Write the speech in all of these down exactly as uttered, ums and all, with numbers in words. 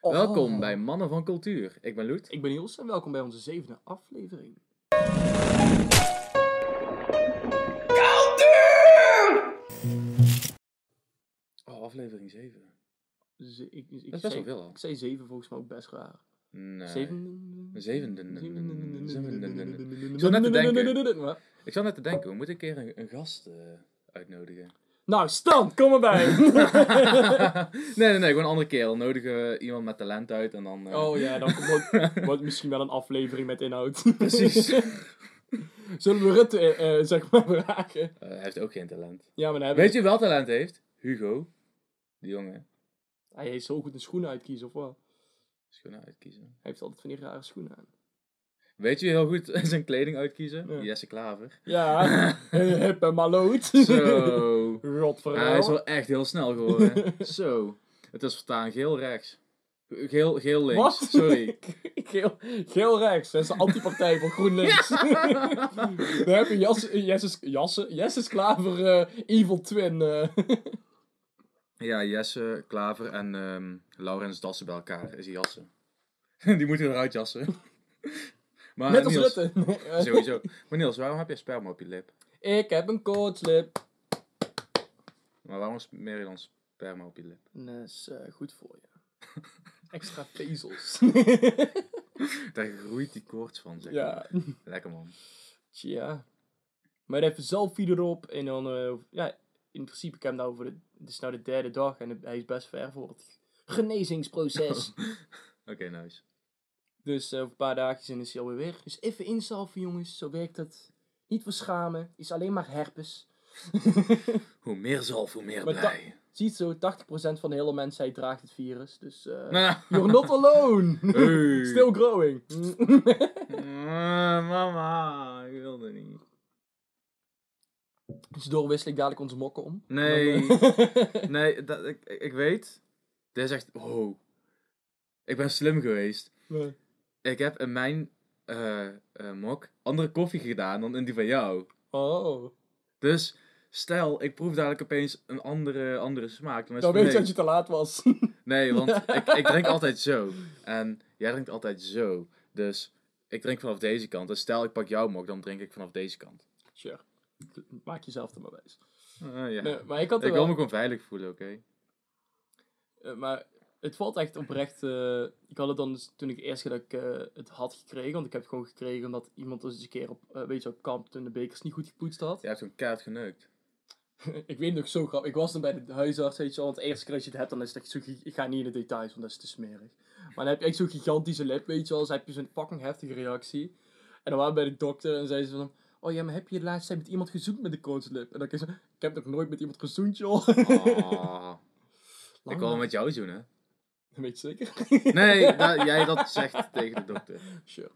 Oh. Welkom bij Mannen van Cultuur. Ik ben Loet. Ik ben Niels en welkom bij onze zevende aflevering. Cultuur! Oh, aflevering zeven. Ze, ik, ik, dat is best wel veel al. Ik zei zeven volgens mij ook best raar. Nee. Zeven... Zevende. Ik zat net te denken. Ik zat net te denken, we moeten een keer een, een gast uh, uitnodigen. Nou, Stan, kom erbij! nee, nee, nee, gewoon een andere kerel. Nodigen we iemand met talent uit en dan... Uh... Oh ja, dan wordt, wordt misschien wel een aflevering met inhoud. Precies. Zullen we Rutte, uh, zeg maar, vragen? Uh, hij heeft ook geen talent. Ja, maar dan Weet je wie wel talent heeft? Hugo. Die jongen. Hij heeft zo goed een schoenen uitkiezen, of wat? Schoenen uitkiezen? Hij heeft altijd van die rare schoenen aan. Weet je heel goed zijn kleding uitkiezen? Ja. Jesse Klaver. Ja, hip en maloot. Zo. Rotverhaal. Hij is wel echt heel snel geworden. Zo. Het is vertaan geel rechts. Geel, geel links. Wat? Sorry. Geel, geel rechts. Dat is de antipartij van GroenLinks. Ja. Dan heb je Jas, Jesses, Jasse, Jesses Klaver uh, Evil Twin. Uh. Ja, Jesse, Klaver en um, Laurens Dassen bij elkaar. Is die jassen. Die moeten eruit jassen. Maar, Net als Niels, Rutte. Sowieso. Maar Niels, waarom heb je sperma op je lip? Ik heb een koortslip. Maar waarom smeer je dan sperma op je lip? Dat is uh, goed voor je. Extra vezels. Daar groeit die koorts van, zeg ja. maar. Lekker, man. Tja. Maar even selfie erop. En dan, uh, ja, in principe, ik heb hem nou voor de, het is nou de derde dag. En hij is best ver voor het genezingsproces. Oké, okay, nice. Dus uh, over een paar dagjes en is hij alweer weg. Dus even insalven, jongens. Zo werkt het. Niet verschamen. Is alleen maar herpes. Hoe meer zalf, hoe meer maar blij. Ta- ziet zo, tachtig procent van de hele mensheid draagt het virus. Dus uh, nah. you're not alone. Hey. Still growing. uh, mama, ik wilde niet. Dus doorwissel ik dadelijk onze mokken om. Nee. Dan, uh... nee, dat, ik, ik weet. Dit is echt, wow. Ik ben slim geweest. Nee. Ik heb in mijn uh, uh, mok andere koffie gedaan dan in die van jou. Oh. Dus, stel, ik proef dadelijk opeens een andere, andere smaak. Dan, dan weet je dat je te laat was. Nee, want ik, ik drink altijd zo. En jij drinkt altijd zo. Dus, ik drink vanaf deze kant. Dus stel, ik pak jouw mok, dan drink ik vanaf deze kant. Sure. Maak jezelf er maar wijs. Uh, ja. Nee, maar ik had ik wel... wil me gewoon veilig voelen, oké? Okay? Uh, maar... Het valt echt oprecht. Uh, ik had het dan dus toen ik eerst keer dat ik uh, het had gekregen. Want ik heb het gewoon gekregen omdat iemand dus eens een keer op, uh, weet je, op kamp toen de bekers niet goed gepoetst had. Je hebt zo'n kaart geneukt. Ik weet nog zo grappig. Ik was dan bij de huisarts, weet je wel. Want het eerste keer als je het hebt, dan is het zo... Ik ga niet in de details, want dat is te smerig. Maar dan heb je echt zo'n gigantische lip, weet je wel. Dus heb je zo'n fucking heftige reactie. En dan waren we bij de dokter en zei ze van... Oh ja, maar heb je de laatste tijd met iemand gezoend met de koortslip? En dan kan je zo... Ik heb nog nooit met iemand gezoend, joh. Oh. Ik wil met jou zoenen. Weet je zeker? Nee, dat, jij dat zegt tegen de dokter. Sure.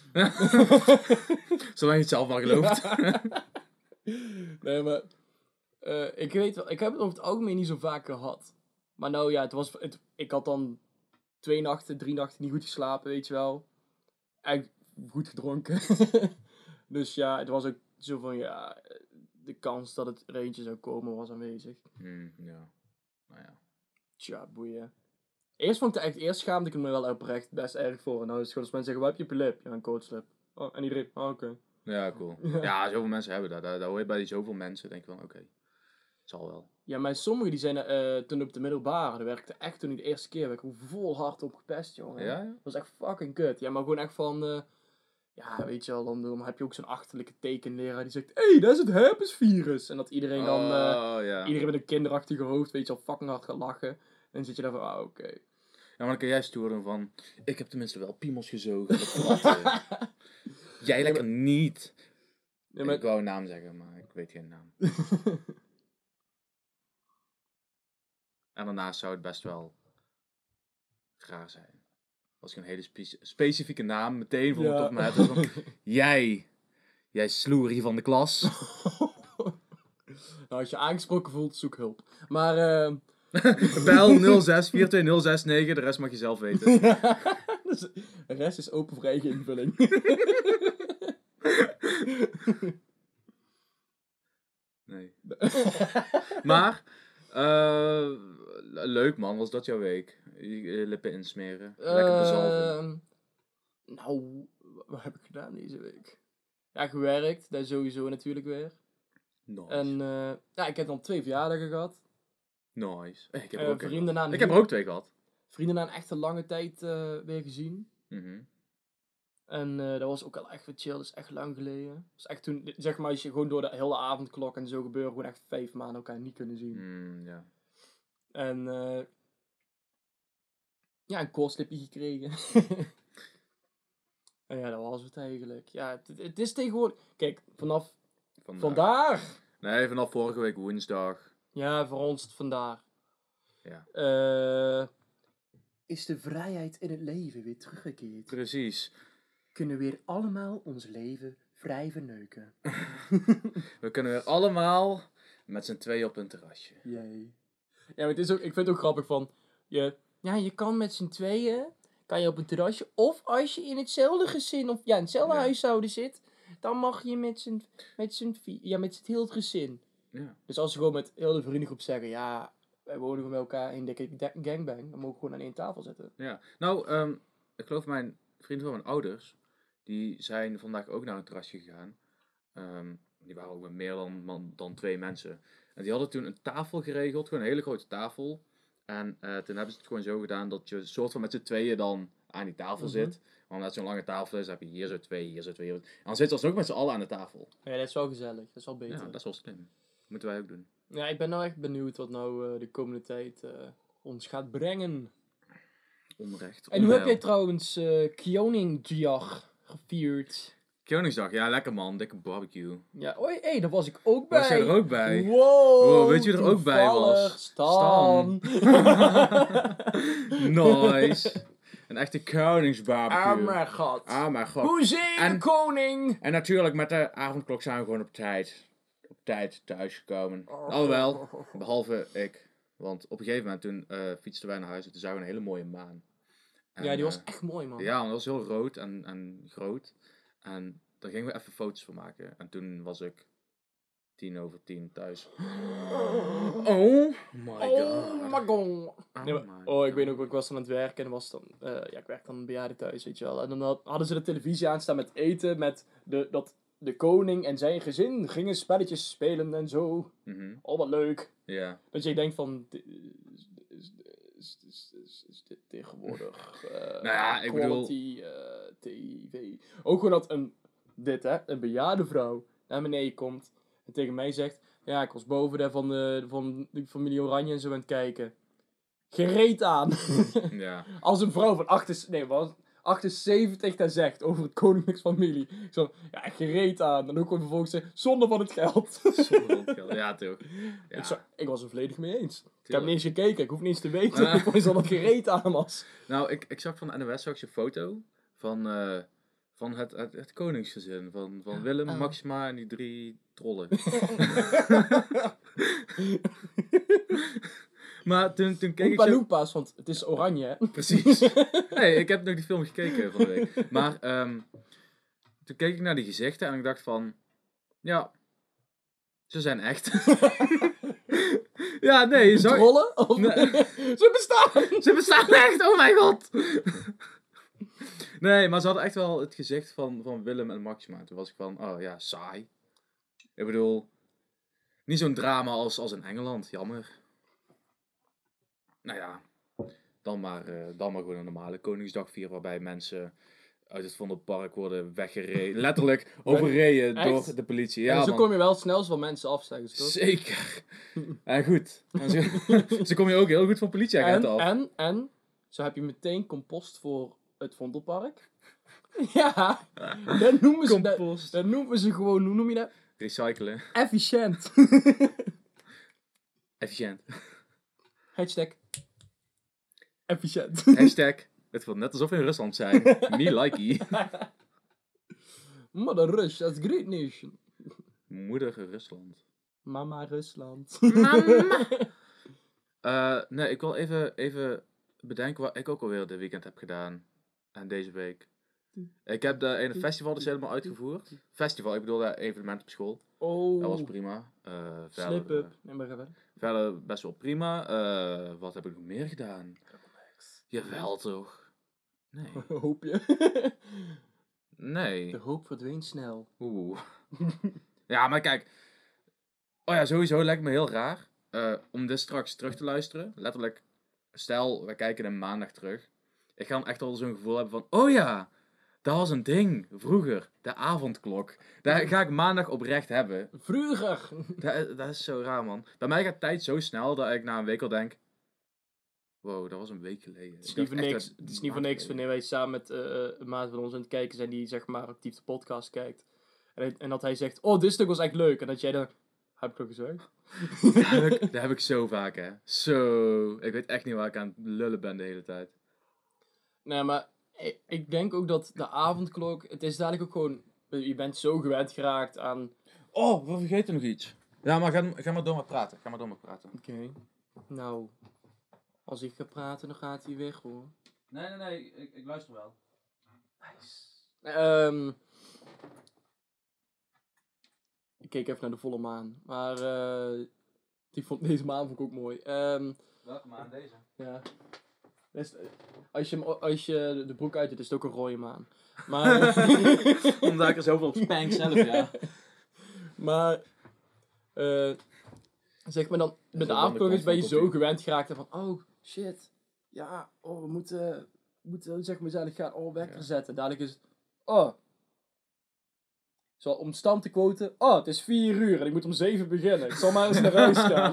Zolang je het zelf maar gelooft. Nee, maar... Uh, ik weet wel, ik heb het over het algemeen niet zo vaak gehad. Maar nou ja, het was... Het, ik had dan twee nachten, drie nachten niet goed geslapen, weet je wel. Eigenlijk goed gedronken. Dus ja, het was ook zo van, ja... De kans dat het er eentje zou komen was aanwezig. Hmm, ja. Nou ja. Tja, boeien. Eerst vond ik het echt, eerst schaamde ik me wel oprecht best erg voor. En nou is het gewoon als mensen zeggen, wat heb je op je lip? Ja, een koortslip. Oh, en iedereen, oh, oké. Okay. Ja, cool. Ja. ja, zoveel mensen hebben dat. Daar, daar hoor je bij zoveel mensen, denk ik van, oké. Okay. Het zal wel. Ja, maar sommigen die zijn uh, toen op de middelbare, dat werkte echt toen ik de eerste keer werd, ik vol hard op gepest, jongen. Ja, ja? Dat was echt fucking kut. Ja, maar gewoon echt van, uh, ja, weet je wel, dan, dan heb je ook zo'n achterlijke tekenleraar die zegt, hé, hey, dat is het herpesvirus. En dat iedereen dan, uh, oh, ja. iedereen met een kinderachtige hoofd, weet je wel, fucking hard gaat lachen. En dan zit je daar van, ah, oké. Okay. Ja, maar dan kun jij stoer doen van, ik heb tenminste wel piemels gezogen. Jij lekker ja, maar... niet. Ja, maar... Ik wou een naam zeggen, maar ik weet geen naam. En daarnaast zou het best wel raar zijn. Als ik een hele spe- specifieke naam meteen voor ja. me top met van, jij, jij sloerie van de klas. Nou, als je aangesproken voelt, zoek hulp. Maar, uh... bel nul zes vier twee nul zes negen, de rest mag je zelf weten. Dus, de rest is open voor eigen invulling. Nee. Maar, uh, leuk man, was dat jouw week? Je eh, lippen insmeren. Lekker bezalven. Ehm, nou, wat heb ik gedaan deze week? Ja, gewerkt. Dat sowieso natuurlijk weer. Nice. En eh, ja, ik heb dan twee verjaardagen gehad. Nice. Eh, Ik heb, Eh, er ook een vrienden gehad. aan Ik heb er heel- ook twee gehad. Vrienden na een echte lange tijd eh, weer gezien. Mhm. En eh, dat was ook wel echt wat chill. Dat is echt lang geleden. Dus echt toen, zeg maar, als je gewoon door de hele avondklok en zo gebeuren, gewoon echt vijf maanden elkaar niet kunnen zien. Mm, ja. En eh ja, een koorslipje gekregen. En ja, dat was het eigenlijk. Ja, het, het is tegenwoordig... Kijk, vanaf Vandaag. vandaag. Nee, vanaf vorige week woensdag. Ja, voor ons het vandaag. Ja. Eh, is de vrijheid in het leven weer teruggekeerd? Precies. Kunnen we weer allemaal ons leven vrij verneuken? We kunnen weer allemaal met z'n tweeën op een terrasje. Jee. Ja, maar het is ook, ik vind het ook grappig van... Je, ja, je kan met z'n tweeën... Kan je op een terrasje... Of als je in hetzelfde gezin... Of ja, in hetzelfde Ja. huishouden zit... Dan mag je met z'n... Met z'n... vi- Ja, met z'n heel het gezin. Ja. Dus als we gewoon met heel de vriendengroep zeggen... Ja, wij wonen gewoon met elkaar in dikke da- gangbang... Dan mogen we gewoon aan één tafel zitten. Ja. Nou, ehm, ik geloof mijn vrienden van mijn ouders... Die zijn vandaag ook naar een terrasje gegaan. Ehm, die waren ook met meer dan, man- dan twee mensen. En die hadden toen een tafel geregeld. Gewoon een hele grote tafel. En eh, toen hebben ze het gewoon zo gedaan dat je soort van met z'n tweeën dan aan die tafel Mhm. zit. Want met zo'n lange tafel is, heb je hier zo twee, hier zo twee. Hier zo- En dan zitten ze ook met z'n allen aan de tafel. Ja, dat is wel gezellig. Dat is wel beter. Ja, dat is wel slim. Moeten wij ook doen. Ja, ik ben nou echt benieuwd wat nou eh, de komende tijd eh, ons gaat brengen. Onrecht. En hoe heb jij onheil. trouwens eh Koningsdag gevierd? Koningsdag, ja lekker man. Dikke barbecue. Ja, oei, hé, daar was ik ook bij. Was jij er ook bij? Wow, Wow, weet je wie er ook bij was? toevallig, Stan. Nice. Een echte koningsbarbecue. Oh mijn god. Ah, mijn god. Hoezee, de En- koning. En natuurlijk, met de avondklok zijn we gewoon op tijd. Op tijd thuisgekomen. Oh. Alhoewel, behalve ik. Want op een gegeven moment toen eh, fietsten wij naar huis en toen zagen we een hele mooie maan. En, Ja, die was eh, echt mooi, man. Ja, dat was heel rood en, en groot. En daar gingen we even foto's van maken. En toen was ik tien over tien thuis. Oh my god. Oh my god. Oh Nee, maar- my oh, ik weet God. nog, ik was dan aan het werken en was dan, eh, ja, ik werk dan een bejaarde thuis, weet je wel. En dan had- hadden ze de televisie aanstaan met eten, met de, dat de koning en zijn gezin gingen spelletjes spelen en zo. Mhm. Oh, wat leuk. Ja. Dat je denkt van, di- is, is, is, is, is, is dit tegenwoordig eh Nou ja, ik bedoel- quality eh, T V. Ook gewoon dat een, dit hè, een bejaarde vrouw naar beneden komt en tegen mij zegt, ja, ik was boven daar van de, van de familie Oranje en zo aan het kijken. Gereed aan. Ja. Als een vrouw van achter, nee, was achtenzeventig dat zegt over het koningsfamilie. Zo, ja, gereed aan. En ook gewoon vervolgens zeggen, zonde van het geld. Zonder rondgeld. Ja, toch. Ja, Ik, zou- ik was er volledig mee eens. Ik heb tuurlijk. niet eens gekeken, ik hoef niet eens te weten Ah. of dat gereed aan was. Nou, ik, ik zag van de N O S zag je een foto van, eh, van het, het, het koningsgezin. Van, van Willem, Oh. Maxima en die drie trollen. Maar toen, toen keek ik Oompa zo... Loompas, want het is oranje, hè? Precies. Nee, ik heb nog die film gekeken van de week. Maar ehm, toen keek ik naar die gezichten en ik dacht van... Ja, ze zijn echt. Ja, nee, je zag... Trollen? Of... Nee. Ze bestaan! Ze bestaan echt, oh mijn god! Nee, maar ze hadden echt wel het gezicht van, van Willem en Maxima. Toen was ik van, oh ja, saai. Ik bedoel, niet zo'n drama als, als in Engeland, jammer. Nou ja, dan maar, eh, dan maar gewoon een normale Koningsdag vieren waarbij mensen uit het Vondelpark worden weggereden. Letterlijk overreden Echt? door de politie. Ja, Ja, zo man. kom je wel snel van mensen af, zeggen ze toch? Zeker. En goed. En zo, zo kom je ook heel goed van En, politieagenten af. en, en, zo heb je meteen compost voor het Vondelpark. Ja, dat noemen ze, dat, Compost. dat noemen ze gewoon, hoe noem je dat? Recyclen. Efficiënt. Efficiënt. Hashtag. Efficiënt. Hashtag. Het voelt net alsof we in Rusland zijn. Me likey. Mother Rush, that's great nation. Moeder Rusland. Mama Rusland. Mama. Eh, nee, ik wil even, even bedenken wat ik ook alweer dit weekend heb gedaan. En deze week. Ik heb de ene festival dus helemaal uitgevoerd. Festival, ik bedoel dat evenement op school. Oh. Dat was prima. Eh, Slip verder, up. eh, Nee, maar ga verder. verder best wel prima. Eh, wat heb ik nog meer gedaan? Jawel toch? Nee. Hoop je? Nee. De hoop verdween snel. Oeh. Ja, maar kijk. Oh ja, sowieso lijkt me heel raar. Uh, om dit straks terug te luisteren. Letterlijk. Stel, we kijken hem maandag terug. Ik ga dan echt al zo'n gevoel hebben van... Oh ja, dat was een ding. Vroeger. De avondklok. Daar ga ik maandag oprecht hebben. Vroeger. Dat, dat is zo raar, man. Bij mij gaat tijd zo snel dat ik na een week al denk... Wow, dat was een week geleden. Het is niet voor niks, het is niet voor niks wanneer wij samen met uh, een maat van ons aan het kijken zijn die zeg maar actief de podcast kijkt. En, en dat hij zegt, oh, dit stuk was echt leuk. En dat jij dan, heb ik toch gezegd? Dat heb ik, dat heb ik zo vaak, hè. Zo. Ik weet echt niet waar ik aan het lullen ben de hele tijd. Nee, maar ik, ik denk ook dat de avondklok, het is dadelijk ook gewoon, je bent zo gewend geraakt aan... Oh, we vergeten nog iets. Ja, maar ga, ga maar door met praten. Ga maar door met praten. Oké. Okay. Nou, als ik ga praten, dan gaat hij weg, hoor. Nee, nee, nee. Ik, ik luister wel. Nice. Um, ik keek even naar de volle maan. Maar uh, die vond, deze maan vond ik ook mooi. Um, Welke maan? Deze? Ja. Is, als, je, als je de broek uit doet, is het ook een rode maan. Maar... Omdat ik er zoveel op spank zelf, ja. Maar... Uh, zeg maar dan... Met de avondklok ben je zo gewend geraakt van... Oh, shit. Ja, oh, we moeten... We moeten, zeg maar, dadelijk gaan... Oh, wekker zetten. Dadelijk is het... Oh. Zo, om stand te quoten... Oh, het is vier uur en ik moet om zeven beginnen. Ik zal maar eens naar huis gaan.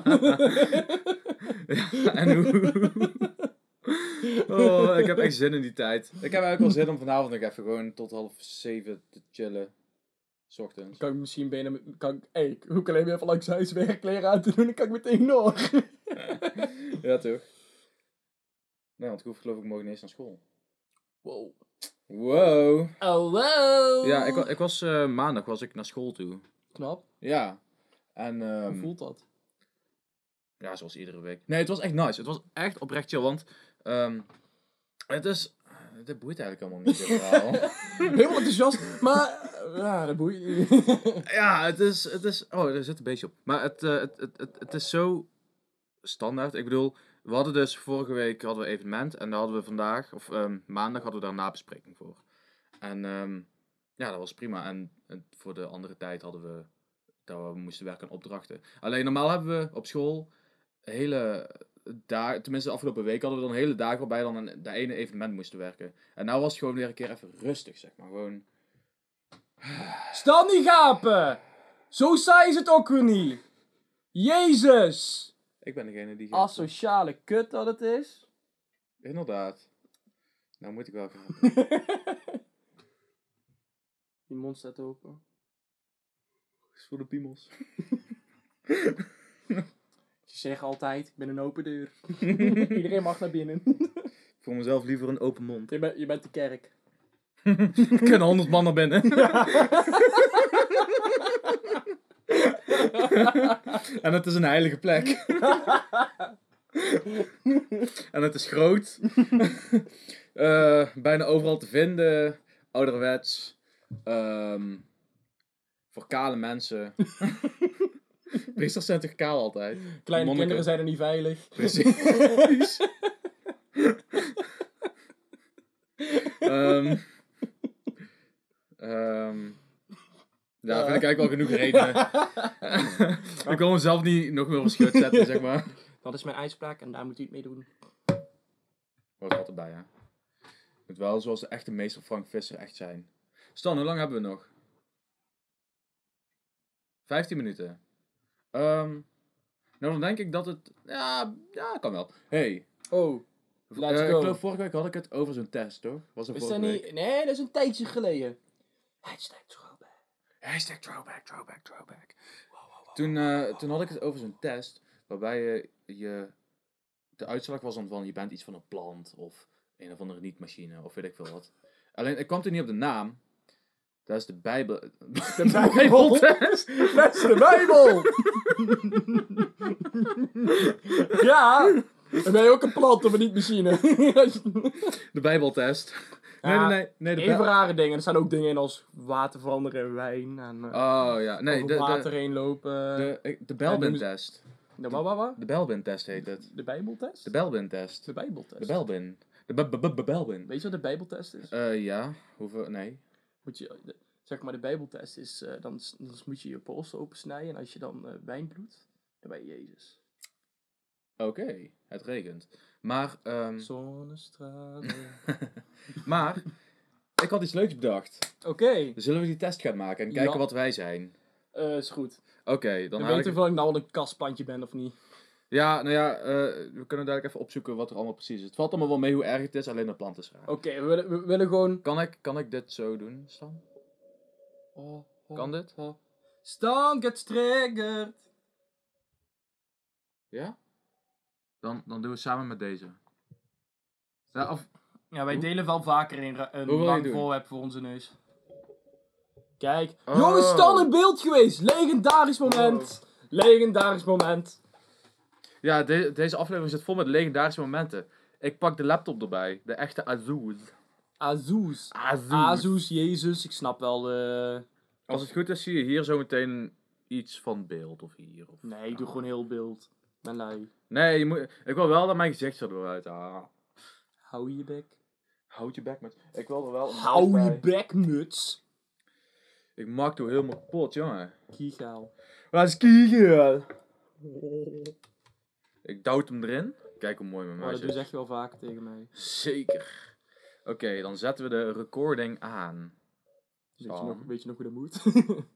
Ja, en hoe... Oh, ik heb echt zin in die tijd. Ik heb eigenlijk wel zin om vanavond nog even gewoon tot half zeven te chillen. 's Ochtends. Kan ik misschien bijna... Kan ik, hey, hoe kan ik even langs huis werkkleren aan te doen? Dan kan ik meteen door. Ja, toch? Nee, want ik hoef geloof ik morgen niet eens naar school. Wow. Wow. Oh, wow. Ja, ik, ik was uh, maandag was ik naar school toe. Knap. Ja. En, um, hoe voelt dat? Ja, zoals iedere week. Nee, het was echt nice. Het was echt oprecht chill, want um, het is... Dit boeit eigenlijk allemaal niet, dit verhaal. Helemaal enthousiast, maar... Ja, dat boeit niet. Ja, het is, het is... Oh, er zit een beetje op. Maar het, uh, het, het, het, het is zo standaard. Ik bedoel, we hadden dus vorige week hadden we een evenement. En daar hadden we vandaag, of um, maandag, hadden we daar een nabespreking voor. En um, ja, dat was prima. En, en voor de andere tijd hadden we... Dat we moesten werken aan opdrachten. Alleen normaal hebben we op school... hele dagen, tenminste de afgelopen week hadden we dan hele dagen waarbij dan een, dat ene evenement moesten werken. En nou was het gewoon weer een keer even rustig, zeg maar. Gewoon... Stel niet gapen! Zo saai is het ook weer niet. Jezus! Ik ben degene die... Asociale kut dat het is. Inderdaad. Nou moet ik wel gaan. Je mond staat open. Is voor de piemels. Je zegt altijd, ik ben een open deur. Iedereen mag naar binnen. Ik voel mezelf liever een open mond. Je, ben, je bent de kerk. Er kunnen honderd man naar binnen. En het is een heilige plek. En het is groot. uh, bijna overal te vinden. Ouderwets. Um, voor kale mensen. Priesters zijn toch kaal altijd? Kleine Monniken. kinderen zijn er niet veilig. Precies. um, um, ja, vind ik eigenlijk wel genoeg redenen. Ik wil mezelf niet nog meer op schut zetten, zeg maar. Dat is mijn uitspraak en daar moet u het mee doen. Hoort er altijd bij, hè. Moet wel zoals de echte meester Frank Visser echt zijn. Stan, hoe lang hebben we nog? vijftien minuten. Um, nou, dan denk ik dat het... Ja, ja kan wel. Hey. Oh, let's uh, go. Ik geloof vorige week had ik het over zo'n test, toch? Was er is vorige dat week? niet... Nee, dat is een tijdje geleden. Hashtag throwback. Hashtag throwback, throwback, throwback. Wow, wow, wow. Toen, uh, toen had ik het over zo'n test, waarbij je, je... De uitslag was dan van, je bent iets van een plant, of een of andere niet-machine, of weet ik veel wat. Alleen, ik kwam toen niet op de naam. Dat is de Bijbel... De Bijbeltest? Dat is de Bijbel! Ja! Dan ben je ook een plant of een niet-machine. De Bijbeltest. Nee, Ja, nee, nee. nee de even Bij- rare dingen. Er staan ook dingen in als water veranderen in wijn. En, uh, Oh ja, nee. over De, water de, heen lopen. de, ik- de Belbin-test. De wat, wat, wat? De Belbin-test heet het. De Bijbeltest? De Belbin-test. De Bijbeltest. De Belbin. De Belbin. Weet je wat de bijbeltest is? Eh, ja. Hoeveel? Nee. Moet je, de- zeg maar, de bijbeltest is, eh, dan, s- dan moet je je polsen opensnijden. En als je dan eh, wijn bloedt, dan ben je Jezus. Oké, het regent. Maar, ehm Zonnestralen. maar, ik had iets leuks bedacht. Oké, Zullen we die test gaan maken en kijken Ja. wat wij zijn? eh, is goed. Oké, dan Dan haal weet ik... ik of ik nou al een kastplantje ben of niet. Ja, nou ja, eh, we kunnen dadelijk even opzoeken wat er allemaal precies is. Het valt allemaal wel mee hoe erg het is, alleen de plant is raar. Oké, we, willen, we willen gewoon... Kan ik, kan ik dit zo doen, Stan? Oh, oh, Kan dit? oh. Stan gets triggered. Ja? Dan, dan doen we samen met deze. Ja, of... Ja, wij Hoe? delen wel vaker een, ra- een Hoe wil je lang doen? voorwerp voor onze neus. Kijk. Oh. Jongens, Stan in beeld geweest. Legendarisch moment. Legendarisch moment. Ja, de- deze aflevering zit vol met legendarische momenten. Ik pak de laptop erbij. De echte Azus. Azus. Azus. Azus, Jezus. Ik snap wel eh Als het goed is, zie je hier zo meteen iets van beeld of hier. Of... Nee, ik doe gewoon heel beeld. Ben lui. Nee, je moet... ik wil wel dat mijn gezicht er eruit halen. Hou je bek. Houd je bek met... Ik wil er wel een Hou muis je bij. bek, muts. Ik maak toe helemaal kapot, jongen. Kiegaal. Wat is kijken? Ik duwt hem erin. Kijk hoe mooi mijn Maar muis dat is. zeg je wel vaker tegen mij. Zeker. Oké, dan zetten we de recording aan. Weet je, Sam. nog, weet je nog hoe dat moet?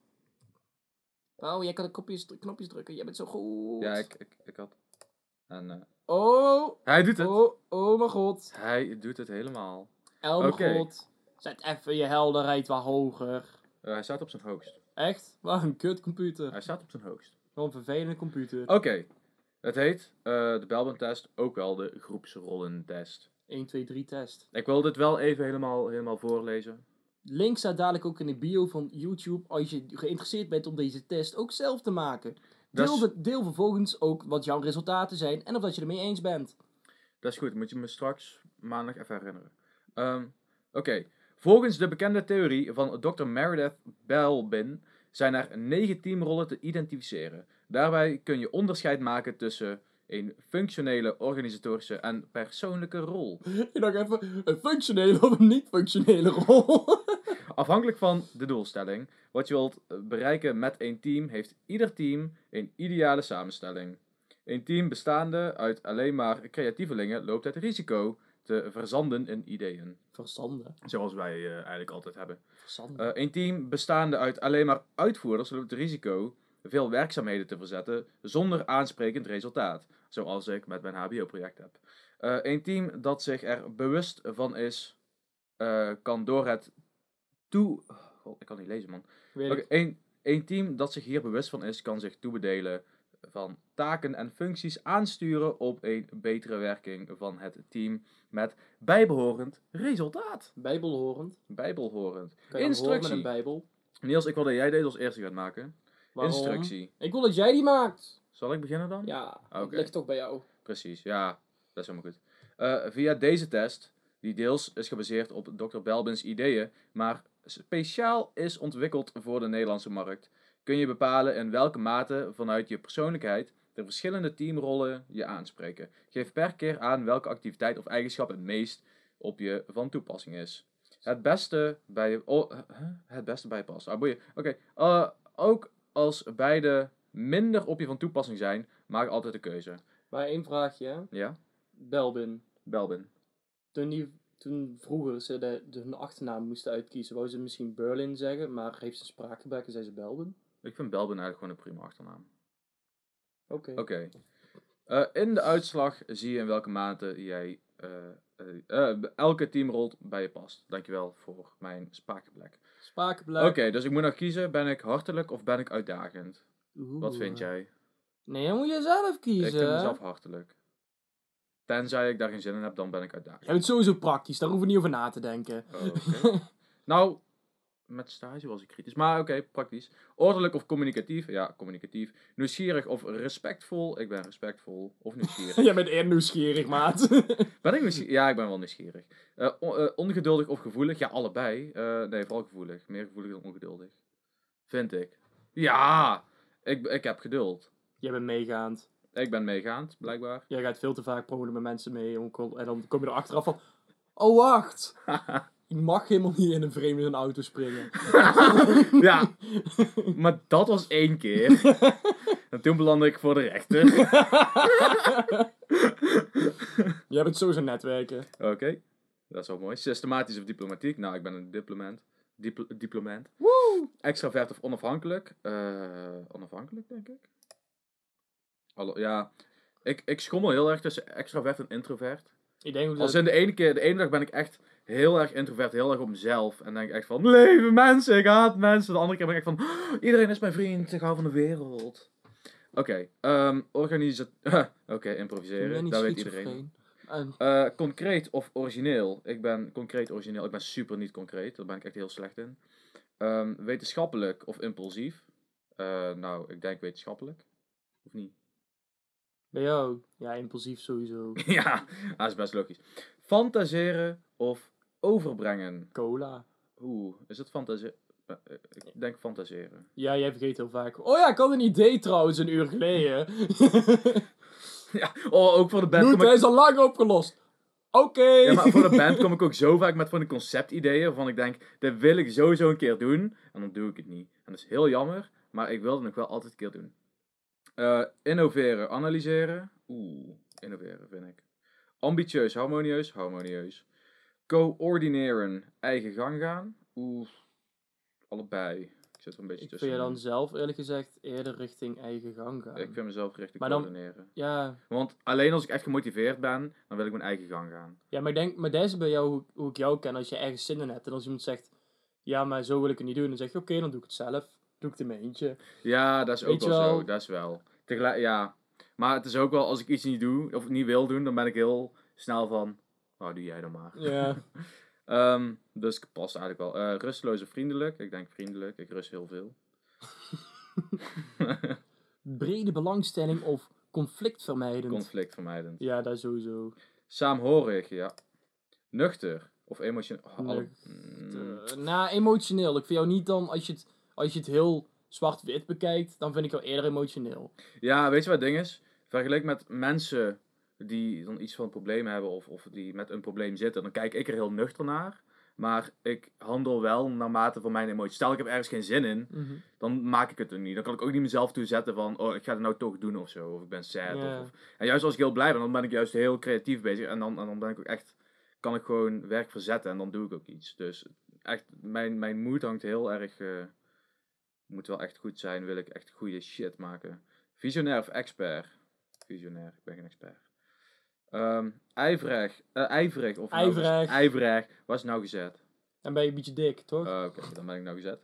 Oh, jij kan de knopjes, knopjes drukken. Jij bent zo goed. Ja, ik, ik, ik had... En, eh, Oh, hij doet het. oh, oh mijn god. Hij doet het helemaal. Oh mijn Oké. god. Zet even je helderheid wat hoger. Eh, hij staat op zijn hoogst. Echt? Wat een kut computer. Hij staat op zijn hoogst. Wat een vervelende computer. Oké. Het heet eh, de Belbin-test, ook wel de groepsrollentest. één, twee, drie test. Ik wil dit wel even helemaal, helemaal voorlezen. Link staat dadelijk ook in de bio van YouTube als je geïnteresseerd bent om deze test ook zelf te maken. Dat Deel, is- de- deel vervolgens ook wat jouw resultaten zijn en of dat je ermee eens bent. Dat is goed, moet je me straks maandag even herinneren. Ehm, Oké. Volgens de bekende theorie van dokter Meredith Belbin zijn er negen teamrollen te identificeren. Daarbij kun je onderscheid maken tussen een functionele, organisatorische en persoonlijke rol. Ik dacht even, een functionele of een niet-functionele rol. Afhankelijk van de doelstelling, wat je wilt bereiken met een team, heeft ieder team een ideale samenstelling. Een team bestaande uit alleen maar creatievelingen loopt het risico te verzanden in ideeën. Verzanden. Zoals wij eh, eigenlijk altijd hebben. Verzanden. Eh, een team bestaande uit alleen maar uitvoerders loopt het risico veel werkzaamheden te verzetten zonder aansprekend resultaat. Zoals ik met mijn H B O-project heb. Eh, een team dat zich er bewust van is, eh, kan door het toe... Oh, ik kan niet lezen, man. Weet Oké, ik. een, een team dat zich hier bewust van is, kan zich toebedelen van taken en functies aansturen op een betere werking van het team met bijbehorend resultaat. Bijbelhorend. Bijbelhorend. Kan je dan horen met Instructie. een bijbel? Niels, ik wil dat jij deze als eerste gaat maken. Waarom? Instructie. Ik wil dat jij die maakt. Zal ik beginnen dan? Ja, Oké. het ligt toch bij jou. Precies, ja. Dat is helemaal goed. Eh, via deze test, die deels is gebaseerd op dokter Belbins ideeën, maar speciaal is ontwikkeld voor de Nederlandse markt, kun je bepalen in welke mate vanuit je persoonlijkheid de verschillende teamrollen je aanspreken. Geef per keer aan welke activiteit of eigenschap het meest op je van toepassing is. Het beste bij je... Oh, huh? Het beste bij je past. Ah, boeien. Oké. Eh, ook als beide minder op je van toepassing zijn, maak altijd de keuze. Maar één vraagje, hè. Ja? Belbin. Belbin. Toen, die, toen vroeger ze de, de, hun achternaam moesten uitkiezen, wou ze misschien Berlin zeggen, maar heeft ze spraakgebrek en zei ze Belbin? Ik vind Belbin eigenlijk gewoon een prima achternaam. Oké. Oké. Eh, in de uitslag zie je in welke mate jij eh, eh, eh, elke teamrol bij je past. Dankjewel voor mijn spraakgebrek. Spraakgebrek. Oké, dus ik moet nog kiezen. Ben ik hartelijk of ben ik uitdagend? Wat vind jij? Nee, dan moet je zelf kiezen. Ik vind mezelf hartelijk. Tenzij ik daar geen zin in heb, dan ben ik uitdagend. Jij bent sowieso praktisch, daar hoeven we niet over na te denken. Oh, oké. Nou, met stage was ik kritisch. Maar oké, praktisch. Ordelijk of communicatief? Ja, communicatief. Nieuwsgierig of respectvol? Ik ben respectvol. Of nieuwsgierig. Jij bent eer nieuwsgierig, maat. Ben ik nieuwsgierig? Ja, ik ben wel nieuwsgierig. Eh, on- eh, ongeduldig of gevoelig? Ja, allebei. Eh, nee, vooral gevoelig. Meer gevoelig dan ongeduldig. Vind ik. Ja! Ik, ik heb geduld. Jij bent meegaand. Ik ben meegaand, blijkbaar. Jij gaat veel te vaak promoten met mensen mee. En dan kom je er achteraf van... Oh, wacht. Ik mag helemaal niet in een vreemde een auto springen. Ja, maar dat was één keer. En toen belandde ik voor de rechter. Jij bent sowieso netwerken. Oké, okay. Dat is wel mooi. Systematisch of diplomatiek? Nou, ik ben een diplomat. Dipl diplomat. Woe! Extravert of onafhankelijk? Uh, onafhankelijk, denk ik. Hallo, ja, ik, ik schommel heel erg tussen extravert en introvert. Ik denk ook Als dat... in de ene keer, de ene dag ben ik echt heel erg introvert, heel erg op mezelf. En denk ik echt van, leven mensen, ik haat mensen. De andere keer ben ik echt van, oh, iedereen is mijn vriend, ik hou van de wereld. Oké, okay, um, organisatie... Oké, okay, improviseren, dat weet iedereen. En... Uh, concreet of origineel? Ik ben concreet origineel, ik ben super niet concreet, daar ben ik echt heel slecht in. Um, wetenschappelijk of impulsief? Uh, nou, ik denk wetenschappelijk. Of niet? Bij jou? Ja, impulsief sowieso. Ja, dat is best logisch. Fantaseren of overbrengen? Cola. Oeh, is het fantaseren? Ik denk fantaseren. Ja, jij vergeet heel vaak. Oh ja, ik had een idee trouwens een uur geleden. Ja, oh, ook voor de band. Doet, hij ik... is al lang opgelost. Oké. Okay. Ja, maar voor de band kom ik ook zo vaak met van de conceptideeën waarvan ik denk, dit wil ik sowieso een keer doen. En dan doe ik het niet. En dat is heel jammer, maar ik wil het nog wel altijd een keer doen. Uh, innoveren, analyseren. Oeh, innoveren vind ik. Ambitieus, harmonieus, harmonieus. Coördineren, eigen gang gaan. Oeh, allebei. Ik zit er een beetje ik tussen. Ik vind je dan zelf eerlijk gezegd eerder richting eigen gang gaan. Ik vind mezelf richting maar dan, coördineren. Ja. Want alleen als ik echt gemotiveerd ben, dan wil ik mijn eigen gang gaan. Ja, maar ik denk, maar dat is bij jou hoe, hoe ik jou ken. Als je ergens zin in hebt en als iemand zegt, ja, maar zo wil ik het niet doen. Dan zeg je, oké, okay, dan doe ik het zelf. Doe ik het in mijn eentje. Ja, dat is Weet ook wel, wel zo. Dat is wel. Tegelijk, ja. Maar het is ook wel, als ik iets niet doe, of niet wil doen, dan ben ik heel snel van, nou, doe jij dan maar. Ja. um, dus ik pas eigenlijk wel. Uh, rusteloos of vriendelijk? Ik denk vriendelijk. Ik rust heel veel. Brede belangstelling of conflictvermijdend? Conflictvermijdend. Ja, dat sowieso. Saamhorig, ja. Nuchter of emotioneel? Oh, alle... mm. Nou, emotioneel. Ik vind jou niet dan, als je het, als je het heel zwart-wit bekijkt, dan vind ik jou eerder emotioneel. Ja, weet je wat het ding is? Vergeleken met mensen die dan iets van een probleem hebben of, of die met een probleem zitten, dan kijk ik er heel nuchter naar. Maar ik handel wel naarmate van mijn emoties. Stel ik heb ergens geen zin in, mm-hmm. dan maak ik het er niet. Dan kan ik ook niet mezelf toezetten van, oh, ik ga het nou toch doen of zo. Of ik ben sad. Yeah. Of, of. En juist als ik heel blij ben, dan ben ik juist heel creatief bezig. En dan, en dan ben ik ook echt, kan ik gewoon werk verzetten en dan doe ik ook iets. Dus echt, mijn, mijn moed hangt heel erg, uh, moet wel echt goed zijn, wil ik echt goede shit maken. Visionair of expert? Visionair, ik ben geen expert. Um, ijverig, uh, ijverig of ijverig. Nou, ijverig, was nou gezet? Dan ben je een beetje dik, toch? Uh, Oké, okay, dan ben ik nou gezet.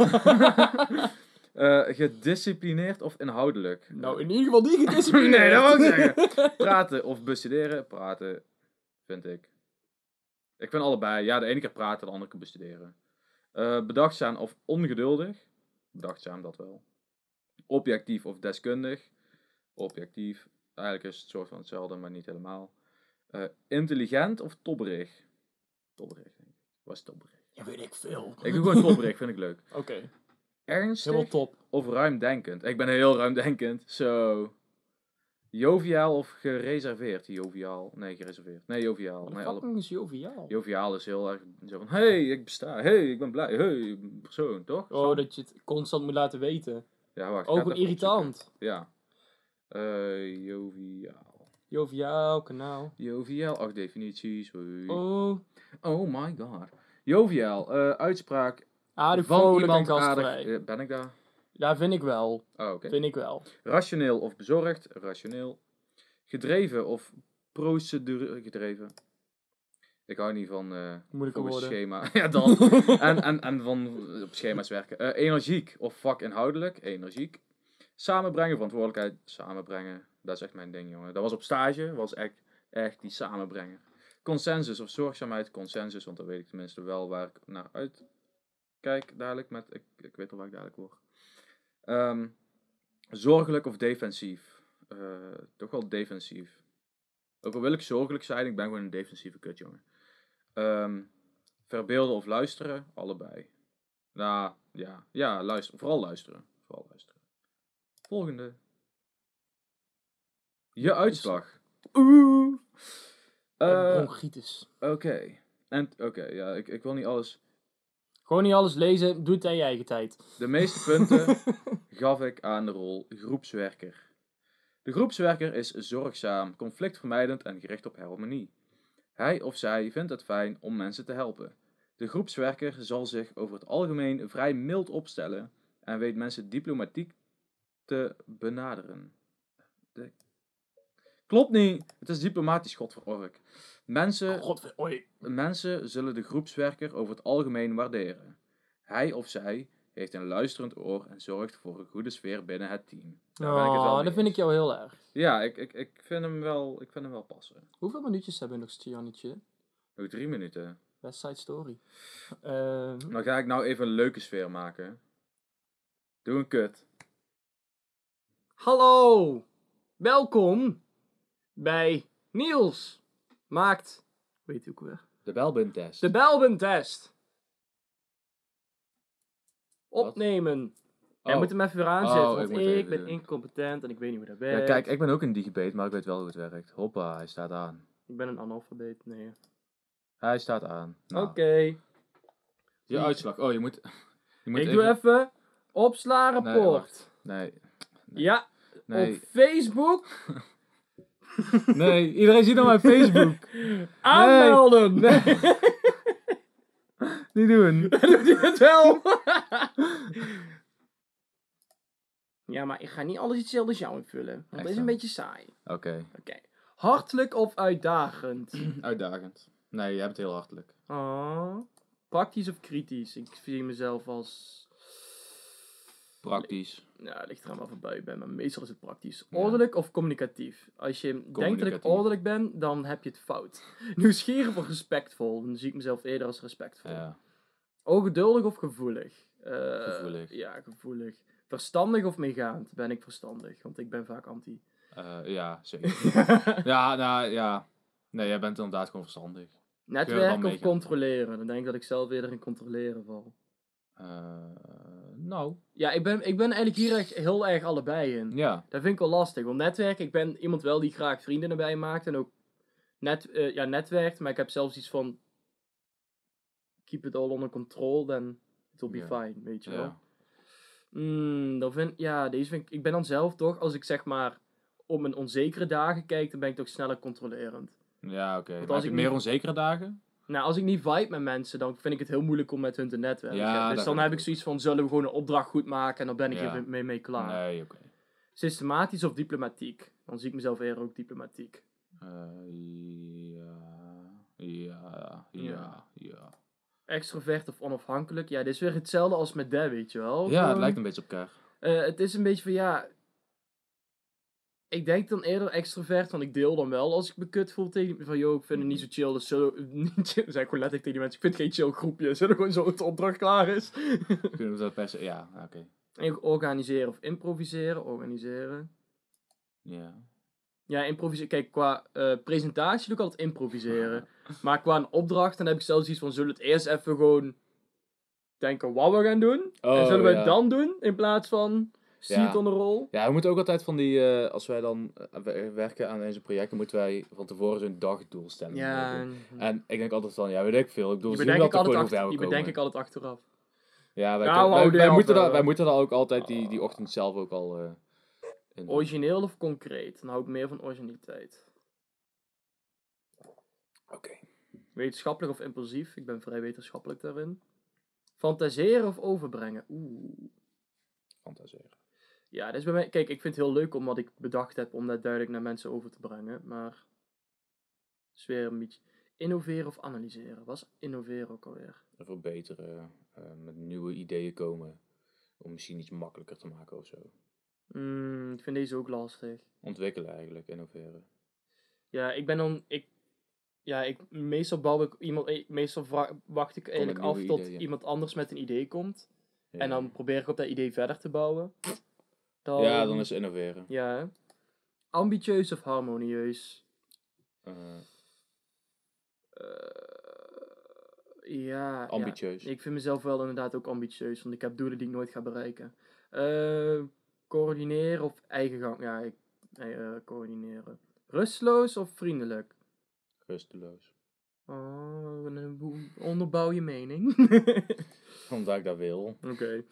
uh, gedisciplineerd of inhoudelijk? Nou, in ieder geval niet gedisciplineerd. Nee, dat wou ik zeggen. Praten of bestuderen? Praten, vind ik. Ik vind allebei. Ja, de ene keer praten, de andere keer bestuderen. Uh, bedachtzaam of ongeduldig? Bedachtzaam, dat wel. Objectief of deskundig? Objectief. Eigenlijk is het soort van hetzelfde, maar niet helemaal. Uh, intelligent of tobberig? Tobberig, denk ik. Was tobberig. Ja, weet ik veel. Ik doe gewoon tobberig, vind ik leuk. Oké. Okay. Ernstig helemaal top. Of ruimdenkend? Ik ben heel ruimdenkend. Zo. So. Joviaal of gereserveerd? Joviaal. Nee, gereserveerd. Nee, joviaal. Wat nee, alle... is joviaal? Joviaal is heel erg zo van, hey, ik besta. Hey, ik ben blij. Hey, persoon, toch? Oh, dat je het constant moet laten weten. Ja, wacht. Ook irritant. Opzoeken. Ja. Uh, joviaal. Joviaal, kanaal. Joviaal, acht definities. Hey. Oh. Oh my god. Joviaal, uh, uitspraak aardig, van iemand aardig. Uh, ben ik daar? Ja, vind ik wel. Oh, okay. Vind ik wel. Rationeel of bezorgd? Rationeel. Gedreven of procedure gedreven? Ik hou niet van uh, moeilijke woorden. Schema. Ja, dan. en, en, en van uh, op schema's werken. Uh, energiek of vakinhoudelijk? Energiek. Samenbrengen, verantwoordelijkheid. Samenbrengen. Dat is echt mijn ding, jongen. Dat was op stage. Was echt, echt die samenbrengen. Consensus of zorgzaamheid? Consensus, want dan weet ik tenminste wel waar ik naar uitkijk dadelijk. Met, ik, ik weet al waar ik dadelijk word. Um, zorgelijk of defensief? Uh, toch wel defensief. Ook al wil ik zorgelijk zijn, ik ben gewoon een defensieve kutjongen. Um, verbeelden of luisteren? Allebei. Nou, ja. Ja, luisteren. Vooral luisteren. Vooral luisteren. Volgende. Je uitslag. Oeh. Uh, bronchitis. Oké. Okay. En, oké, ja, ik, ik wil niet alles... Gewoon niet alles lezen, doe het in je eigen tijd. De meeste punten gaf ik aan de rol groepswerker. De groepswerker is zorgzaam, conflictvermijdend en gericht op harmonie. Hij of zij vindt het fijn om mensen te helpen. De groepswerker zal zich over het algemeen vrij mild opstellen en weet mensen diplomatiek te benaderen. De... Klopt niet! Het is diplomatisch, godverork. Mensen, God, oei. mensen zullen de groepswerker over het algemeen waarderen. Hij of zij heeft een luisterend oor en zorgt voor een goede sfeer binnen het team. Daar ben ik het wel Oh, mee dat vind ik eens. jou heel erg. Ja, ik, ik, ik, vind hem wel, ik vind hem wel passen. Hoeveel minuutjes hebben we nog, Stiannetje? Nog drie minuten. West Side Story. Ehm Dan ga ik nou even een leuke sfeer maken. Doe een kut. Hallo! Welkom bij Niels maakt... Weet je ook weer? De belbintest. De Belbentest. Opnemen. Jij Oh. moet hem even weer aanzetten, Oh, ik want moet ik, even ben doen. incompetent en ik weet niet hoe dat Ja, werkt. kijk, ik ben ook een digibate, maar ik weet wel hoe het werkt. Hoppa, hij staat aan. Ik ben een analfabeet, nee. Hij staat aan. Nou, Oké. je uitslag. Oh, je moet... Je moet Ik doe even opslaarapport. Nee, wacht. Nee. Nee. Ja, Nee. op Facebook Nee, iedereen ziet op mijn Facebook. aanmelden. Nee. Niet doen. Doet hij het wel? Ja, maar ik ga niet alles hetzelfde als jou invullen. Want dat is Echt een wel? beetje saai. Oké. Oké. Hartelijk of uitdagend? Uitdagend. Nee, je hebt het heel hartelijk. Oh. Praktisch of kritisch? Ik zie mezelf als... Praktisch. Ja, het ligt er aan wat bij ben, maar meestal is het praktisch. Ja. Ordelijk of communicatief? Als je denkt dat ik Communicatief. ordelijk ben, dan heb je het fout. Nieuwsgierig of respectvol? Dan zie ik mezelf eerder als respectvol. Ja. Ongeduldig of gevoelig? Eh, Gevoelig. Ja, gevoelig. Verstandig of meegaand? Ben ik verstandig, want ik ben vaak anti. Uh, ja, zeker. ja, nou ja. Nee, jij bent inderdaad gewoon verstandig. Netwerken of meegaan? controleren? Dan denk ik dat ik zelf eerder in controleren val. Uh, nou. Ja, ik ben, ik ben eigenlijk hier echt heel erg allebei in. Ja. Dat vind ik wel lastig. Want netwerken, ik ben iemand wel die graag vrienden erbij maakt. En ook net, uh, ja, netwerkt. Maar ik heb zelfs iets van... Keep it all under control, then it will be Ja. fine, weet je wel. Ja. Mm, dan vind, ja, deze vind ik... Ik ben dan zelf toch, als ik zeg maar op mijn onzekere dagen kijk, dan ben ik toch sneller controlerend. Ja, oké. Okay. als Maar heb je ik meer niet- onzekere dagen? Nou, als ik niet vibe met mensen, dan vind ik het heel moeilijk om met hun te netwerken. Ja, dus dat dan vind heb ik ik zoiets van, zullen we gewoon een opdracht goed maken en dan ben ik Ja. hier mee, mee klaar. Nee, oké. Okay. Systematisch of diplomatiek? Dan zie ik mezelf eerder ook diplomatiek. Uh, ja, ja, ja, ja. Extrovert of onafhankelijk? Ja, dit is weer hetzelfde als met Deb, weet je wel. Ja, het Gewoon, lijkt een beetje op elkaar. uh, het is een beetje van, ja... Ik denk dan eerder extrovert, want ik deel dan wel als ik me kut voel tegen... Van, joh, ik vind het niet zo chill, dus zullen we... Niet chill, dan zeg ik gewoon letterlijk tegen die mensen, ik vind het geen chill groepje. Zullen we gewoon zo dat de opdracht klaar is? Kunnen we dat per se... Ja, oké. Okay. En organiseren of improviseren? Organiseren. Ja. Ja, improviseren. Kijk, qua uh, presentatie doe ik altijd improviseren. Maar qua een opdracht, dan heb ik zelfs iets van, zullen we het eerst even gewoon denken wat we gaan doen? Oh, en zullen we ja. het dan doen, in plaats van see Ja. it on the roll? Ja, we moeten ook altijd van die, uh, als wij dan uh, werken aan deze projecten, moeten wij van tevoren zo'n dagdoelstelling Ja. hebben. En ik denk altijd van, ja, weet ik veel. Ik bedoel, Die zien bedenk dat ik er altijd, gewoon achter, op die jou bedenk komen. ik altijd achteraf. Ja, wij, Nou, kunnen- wij, hou wij, die moeten af, dat, uh, wij moeten dat ook altijd die, die ochtend zelf ook al uh, in. Origineel of concreet? Dan hou ik meer van originaliteit. Oké. Okay. Wetenschappelijk of impulsief? Ik ben vrij wetenschappelijk daarin. Fantaseren of overbrengen? Oeh. Fantaseren. Ja, dat is bij mij... Kijk, ik vind het heel leuk om wat ik bedacht heb om dat duidelijk naar mensen over te brengen. Maar... Het is weer een beetje... Innoveren of analyseren? Wat is innoveren ook alweer? Verbeteren. Uh, met nieuwe ideeën komen. Om misschien iets makkelijker te maken of zo. Mm, ik vind deze ook lastig. Ontwikkelen eigenlijk, innoveren. Ja, ik ben dan... Ik, ja, ik, meestal bouw ik iemand... Meestal vra- wacht ik eigenlijk af tot ideeën. iemand anders met een idee komt. Ja. En dan probeer ik op dat idee verder te bouwen. Dan, Ja, dan is het innoveren. Ja, hè. Ambitieus of harmonieus? Uh, Uh, ja, ambitieus. Ja, ik vind mezelf wel inderdaad ook ambitieus, want ik heb doelen die ik nooit ga bereiken. Uh, coördineren of eigen gang? Ja, ik, nee, uh, coördineren. Rustloos of vriendelijk? Rusteloos. Oh, een boe- onderbouw je mening. Omdat ik dat wil. Oké.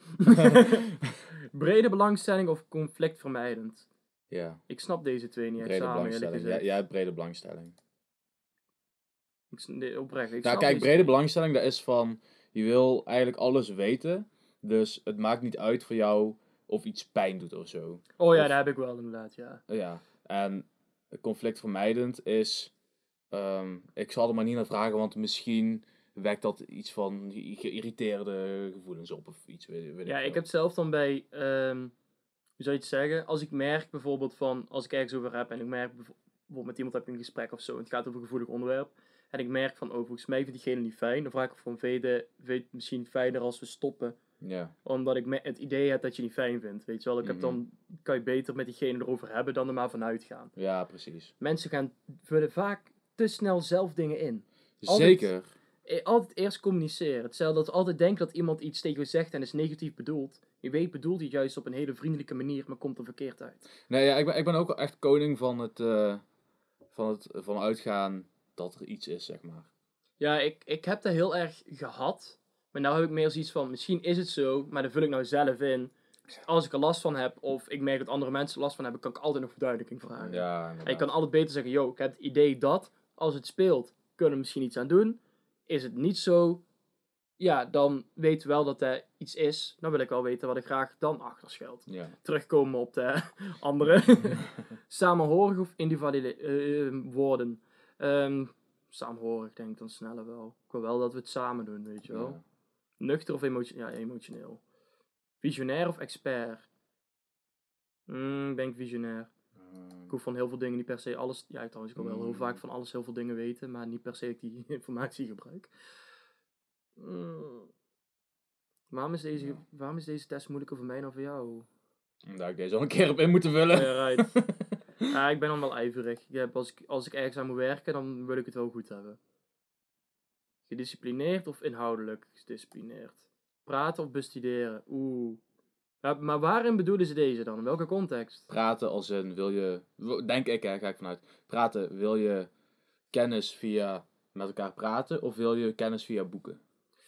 Brede belangstelling of conflictvermijdend? Ja, Ik snap deze twee niet echt brede samen, eerlijk belangstelling. gezegd. Jij, jij hebt brede belangstelling. Ik, s- nee, oprecht, ik Nou snap kijk, deze brede twee. belangstelling, dat is van, je wil eigenlijk alles weten. Dus het maakt niet uit voor jou of iets pijn doet of zo. Oh ja, Of- dat heb ik wel inderdaad, ja. Ja, en conflictvermijdend is, ehm, ik zal er maar niet naar vragen, want misschien wekt dat iets van ge- geïrriteerde gevoelens op of iets, weet, weet Ja, ik ik veel. heb zelf dan bij, ehm, hoe zou je het zeggen? Als ik merk bijvoorbeeld van, als ik ergens over heb en ik merk bijvo- bijvoorbeeld met iemand heb ik een gesprek of zo en het gaat over een gevoelig onderwerp. En ik merk van, oh, volgens mij vindt diegene niet fijn. Dan vraag ik van, vind je het misschien fijner als we stoppen? Ja, Omdat ik me- het idee heb dat je niet fijn vindt. Weet je wel, ik heb Mhm. dan, kan je beter met diegene erover hebben dan er maar vanuit gaan. ja, precies. Mensen gaan vullen vaak te snel zelf dingen in. Altijd- Zeker. Eh, Altijd eerst communiceren. Hetzelfde dat we altijd denken dat iemand iets tegen je zegt en is negatief bedoeld. Je weet, bedoelt hij het juist op een hele vriendelijke manier, maar komt er verkeerd uit. Nee, ja, ik ben, ik ben ook wel echt koning van het, eh, van het van uitgaan dat er iets is, zeg maar. Ja, ik, ik heb dat heel erg gehad. Maar nou heb ik meer zoiets van, misschien is het zo, maar daar vul ik nou zelf in. Als ik er last van heb, of ik merk dat andere mensen er last van hebben, kan ik altijd nog verduidelijking vragen. Ja, En je inderdaad. kan altijd beter zeggen, yo, ik heb het idee dat, als het speelt, kunnen we misschien iets aan doen. Is het niet zo, ja, dan weet wel dat er iets is. Dan wil ik wel weten wat ik graag dan achter schuilt. Ja. Terugkomen op de andere. Samenhorig of individuele eh, woorden. Ehm samenhorig denk ik dan sneller wel. Ik wil wel dat we het samen doen, weet je wel. Ja. Nuchter of emotio ja, emotioneel. Visionair of expert? Hmm, ik denk visionair. Ehm, Ik hoef van heel veel dingen niet per se alles... Ja, trouwens, ik wil wel heel Mm. vaak van alles heel veel dingen weten, maar niet per se dat ik die informatie gebruik. Hmm. Waarom, is deze, Ja. waarom is deze test moeilijker voor mij dan voor jou? Daar ik deze al een keer op in moeten vullen. Ja, right. Ja, ik ben dan wel ijverig. Ik heb, als, ik, als ik ergens aan moet werken, dan wil ik het wel goed hebben. Gedisciplineerd of inhoudelijk gedisciplineerd? Praten of bestuderen? Oeh. Ja, maar waarin bedoelen ze deze dan? In welke context? Praten als in, wil je, denk ik hè, ga ik vanuit. Praten, wil je kennis via met elkaar praten of wil je kennis via boeken?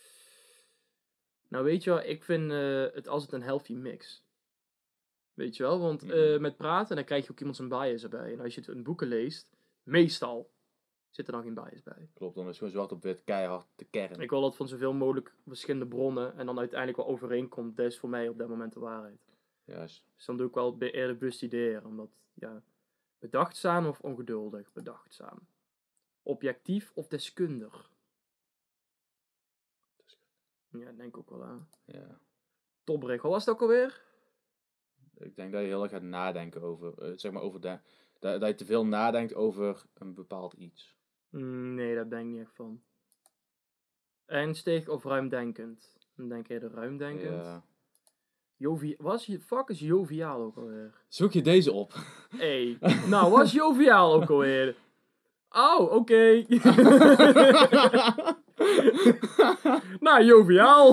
Nou, weet je wel, ik vind eh, het altijd een healthy mix. Weet je wel, want Mhm. eh, met praten, dan krijg je ook iemand zijn bias erbij. En als je het in boeken leest, meestal zit er dan geen bias bij. Klopt, dan is gewoon zwart op wit keihard de kern. Ik wil dat van zoveel mogelijk verschillende bronnen en dan uiteindelijk wel overeenkomt. Dat is voor mij op dat moment de waarheid. Juist. Dus dan doe ik wel be- eerder bestuderen. Omdat, ja, bedachtzaam of ongeduldig? Bedachtzaam. Objectief of deskundig? Ja, denk ik ook wel aan. Ja. Topbericht. Wat was het ook alweer? Ik denk dat je heel erg gaat nadenken over, eh, zeg maar over de, dat, dat je te veel nadenkt over een bepaald iets. Mm, nee, daar ben ik niet echt van. Ernstig of ruimdenkend? Dan denk ik eerder ruimdenkend. Ja. Jovi was je fuck is joviaal ook alweer? Zoek je deze op? Hey, nou was joviaal ook alweer? Oh, oké. Nou, joviaal.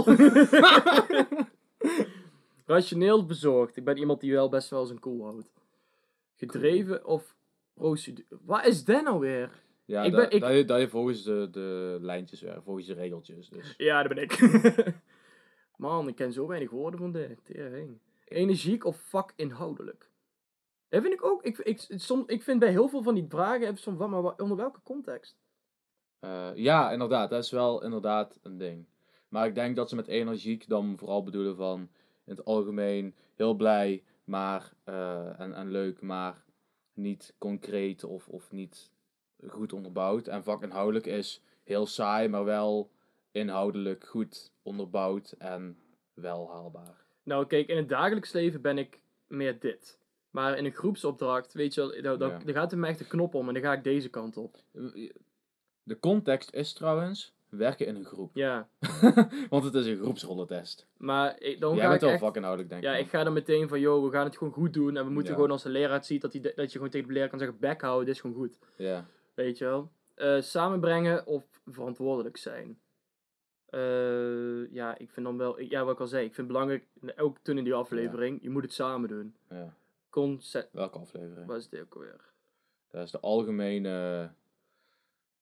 Rationeel bezorgd. Ik ben iemand die wel best wel zijn cool houdt. Gedreven of procedure. Wat is dat nou weer? Ja, Ik dat, ben- ik- dat, je, dat je volgens de, de lijntjes werkt, volgens de regeltjes. Dus. Ja, dat ben ik. Man, ik ken zo weinig woorden van dit. Tering. Energiek of vakinhoudelijk? Dat vind ik ook. Ik, ik, soms, ik vind bij heel veel van die vragen, heb ik soms van, maar wa- onder welke context? Eh, ja, inderdaad, dat is wel inderdaad een ding. Maar ik denk dat ze met energiek dan vooral bedoelen van in het algemeen heel blij maar, eh, en, en leuk, maar niet concreet of, of niet goed onderbouwd. En vakinhoudelijk is heel saai, maar wel inhoudelijk goed onderbouwd en wel haalbaar. Nou, kijk, in het dagelijks leven ben ik meer dit. Maar in een groepsopdracht, weet je wel, daar, daar, Ja. daar gaat er mij echt de knop om en dan ga ik deze kant op. De context is trouwens werken in een groep. Ja, Want het is een groepsrollentest. maar ik, dan Jij ga bent ik wel echt... vakinhoudelijk, denk ik. Ja, man. ik ga dan meteen van, joh, we gaan het gewoon goed doen. En we moeten Ja. gewoon als de leraar het ziet, dat, die, dat je gewoon tegen de leraar kan zeggen, bek houden, dit is gewoon goed. Ja. Weet je wel. Eh, samenbrengen of verantwoordelijk zijn. Eh, ja, ik vind dan wel... Ja, wat ik al zei, ik vind het belangrijk, ook toen in die aflevering, je moet het samen doen. ja. Concept... Welke aflevering? Wat is dit ook alweer? Dat is de algemene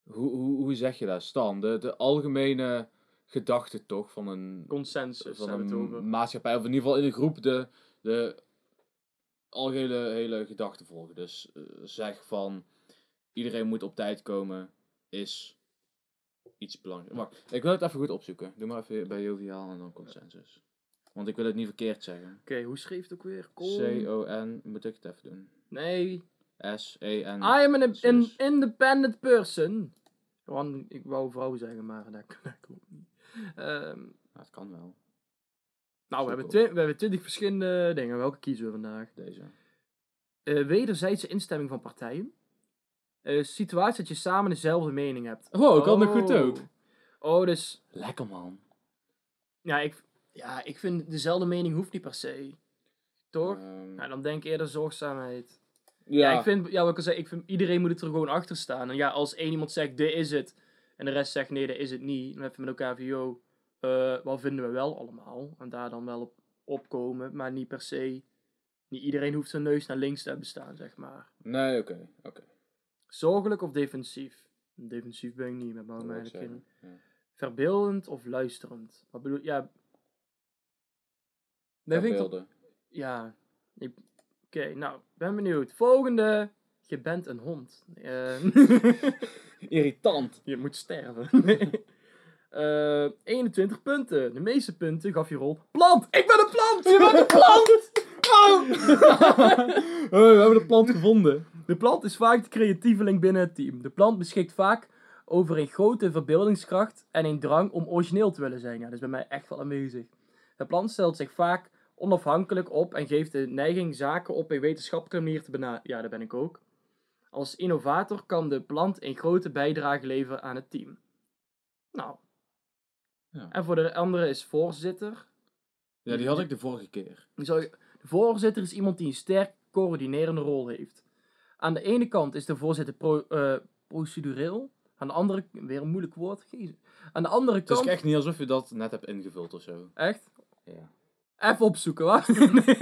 Hoe, hoe, hoe zeg je dat, Stan? De, de algemene gedachte toch van een, Consensus van hebben we het een over. maatschappij, of in ieder geval in een groep, de, de algehele hele gedachte volgen. Dus eh, zeg van, iedereen moet op tijd komen, is iets belangrijks. Wacht, ik wil het even goed opzoeken. Doe maar even bij joviaal en dan consensus. Want ik wil het niet verkeerd zeggen. Oké, hoe schreef het ook weer? C O N, moet ik het even doen. Nee. S E N. I am an, an sus. independent person. Want ik wou vrouw zeggen, maar dat, dat klopt niet. Ehm, Nou, het kan wel. nou, we Zoek hebben, op. twi- we hebben twintig verschillende dingen. Welke kiezen we vandaag? Deze. Eh, wederzijdse instemming van partijen. Eh, situatie dat je samen dezelfde mening hebt. Oh, ik had nog goed ook. Oh, dus... Lekker man. Ja, ik, ja, ik vind dezelfde mening hoeft niet per se. Toch? Ehm, Nou, dan denk ik eerder zorgzaamheid. ja, Ja, ik vind, ja, wat ik al zei, ik vind iedereen moet het er gewoon achter staan. En ja, als één iemand zegt, dit is het, en de rest zegt, nee, dat is het niet, dan even met elkaar van, yo, eh, wat vinden we wel allemaal? En daar dan wel op opkomen, maar niet per se, niet iedereen hoeft zijn neus naar links te hebben staan, zeg maar. Nee, oké. Okay, oké. Okay. Zorgelijk of defensief? Defensief ben ik niet, met Dat mij wil ik eigenlijk geen. zeggen, ja. Verbeeldend of luisterend? Wat bedoel, ja... dat vind ik toch- Verbeelden. Ja, ik... Oké, nou, ben benieuwd. Volgende. Je bent een hond. Eh, Irritant. je moet sterven. Nee. Eh, eenentwintig punten. De meeste punten gaf je rol. Plant! Ik ben een plant! Je bent een plant! Oh! Oh, we hebben de plant gevonden. De plant is vaak de creatieveling binnen het team. De plant beschikt vaak over een grote verbeeldingskracht en een drang om origineel te willen zijn. Ja, dat is bij mij echt wel aanwezig. De plant stelt zich vaak onafhankelijk op en geeft de neiging zaken op een wetenschappelijke manier te benaderen. Ja, dat ben ik ook. Als innovator kan de plant een grote bijdrage leveren aan het team. Nou. Ja. En voor de andere is voorzitter. Ja, die had ik de vorige keer. De voorzitter is iemand die een sterk coördinerende rol heeft. Aan de ene kant is de voorzitter pro, uh, procedureel. Aan de andere... Weer een moeilijk woord. Jezus. Aan de andere Het is kant... echt niet alsof je dat net hebt ingevuld of zo. Echt? Ja. Even opzoeken, wat? nee.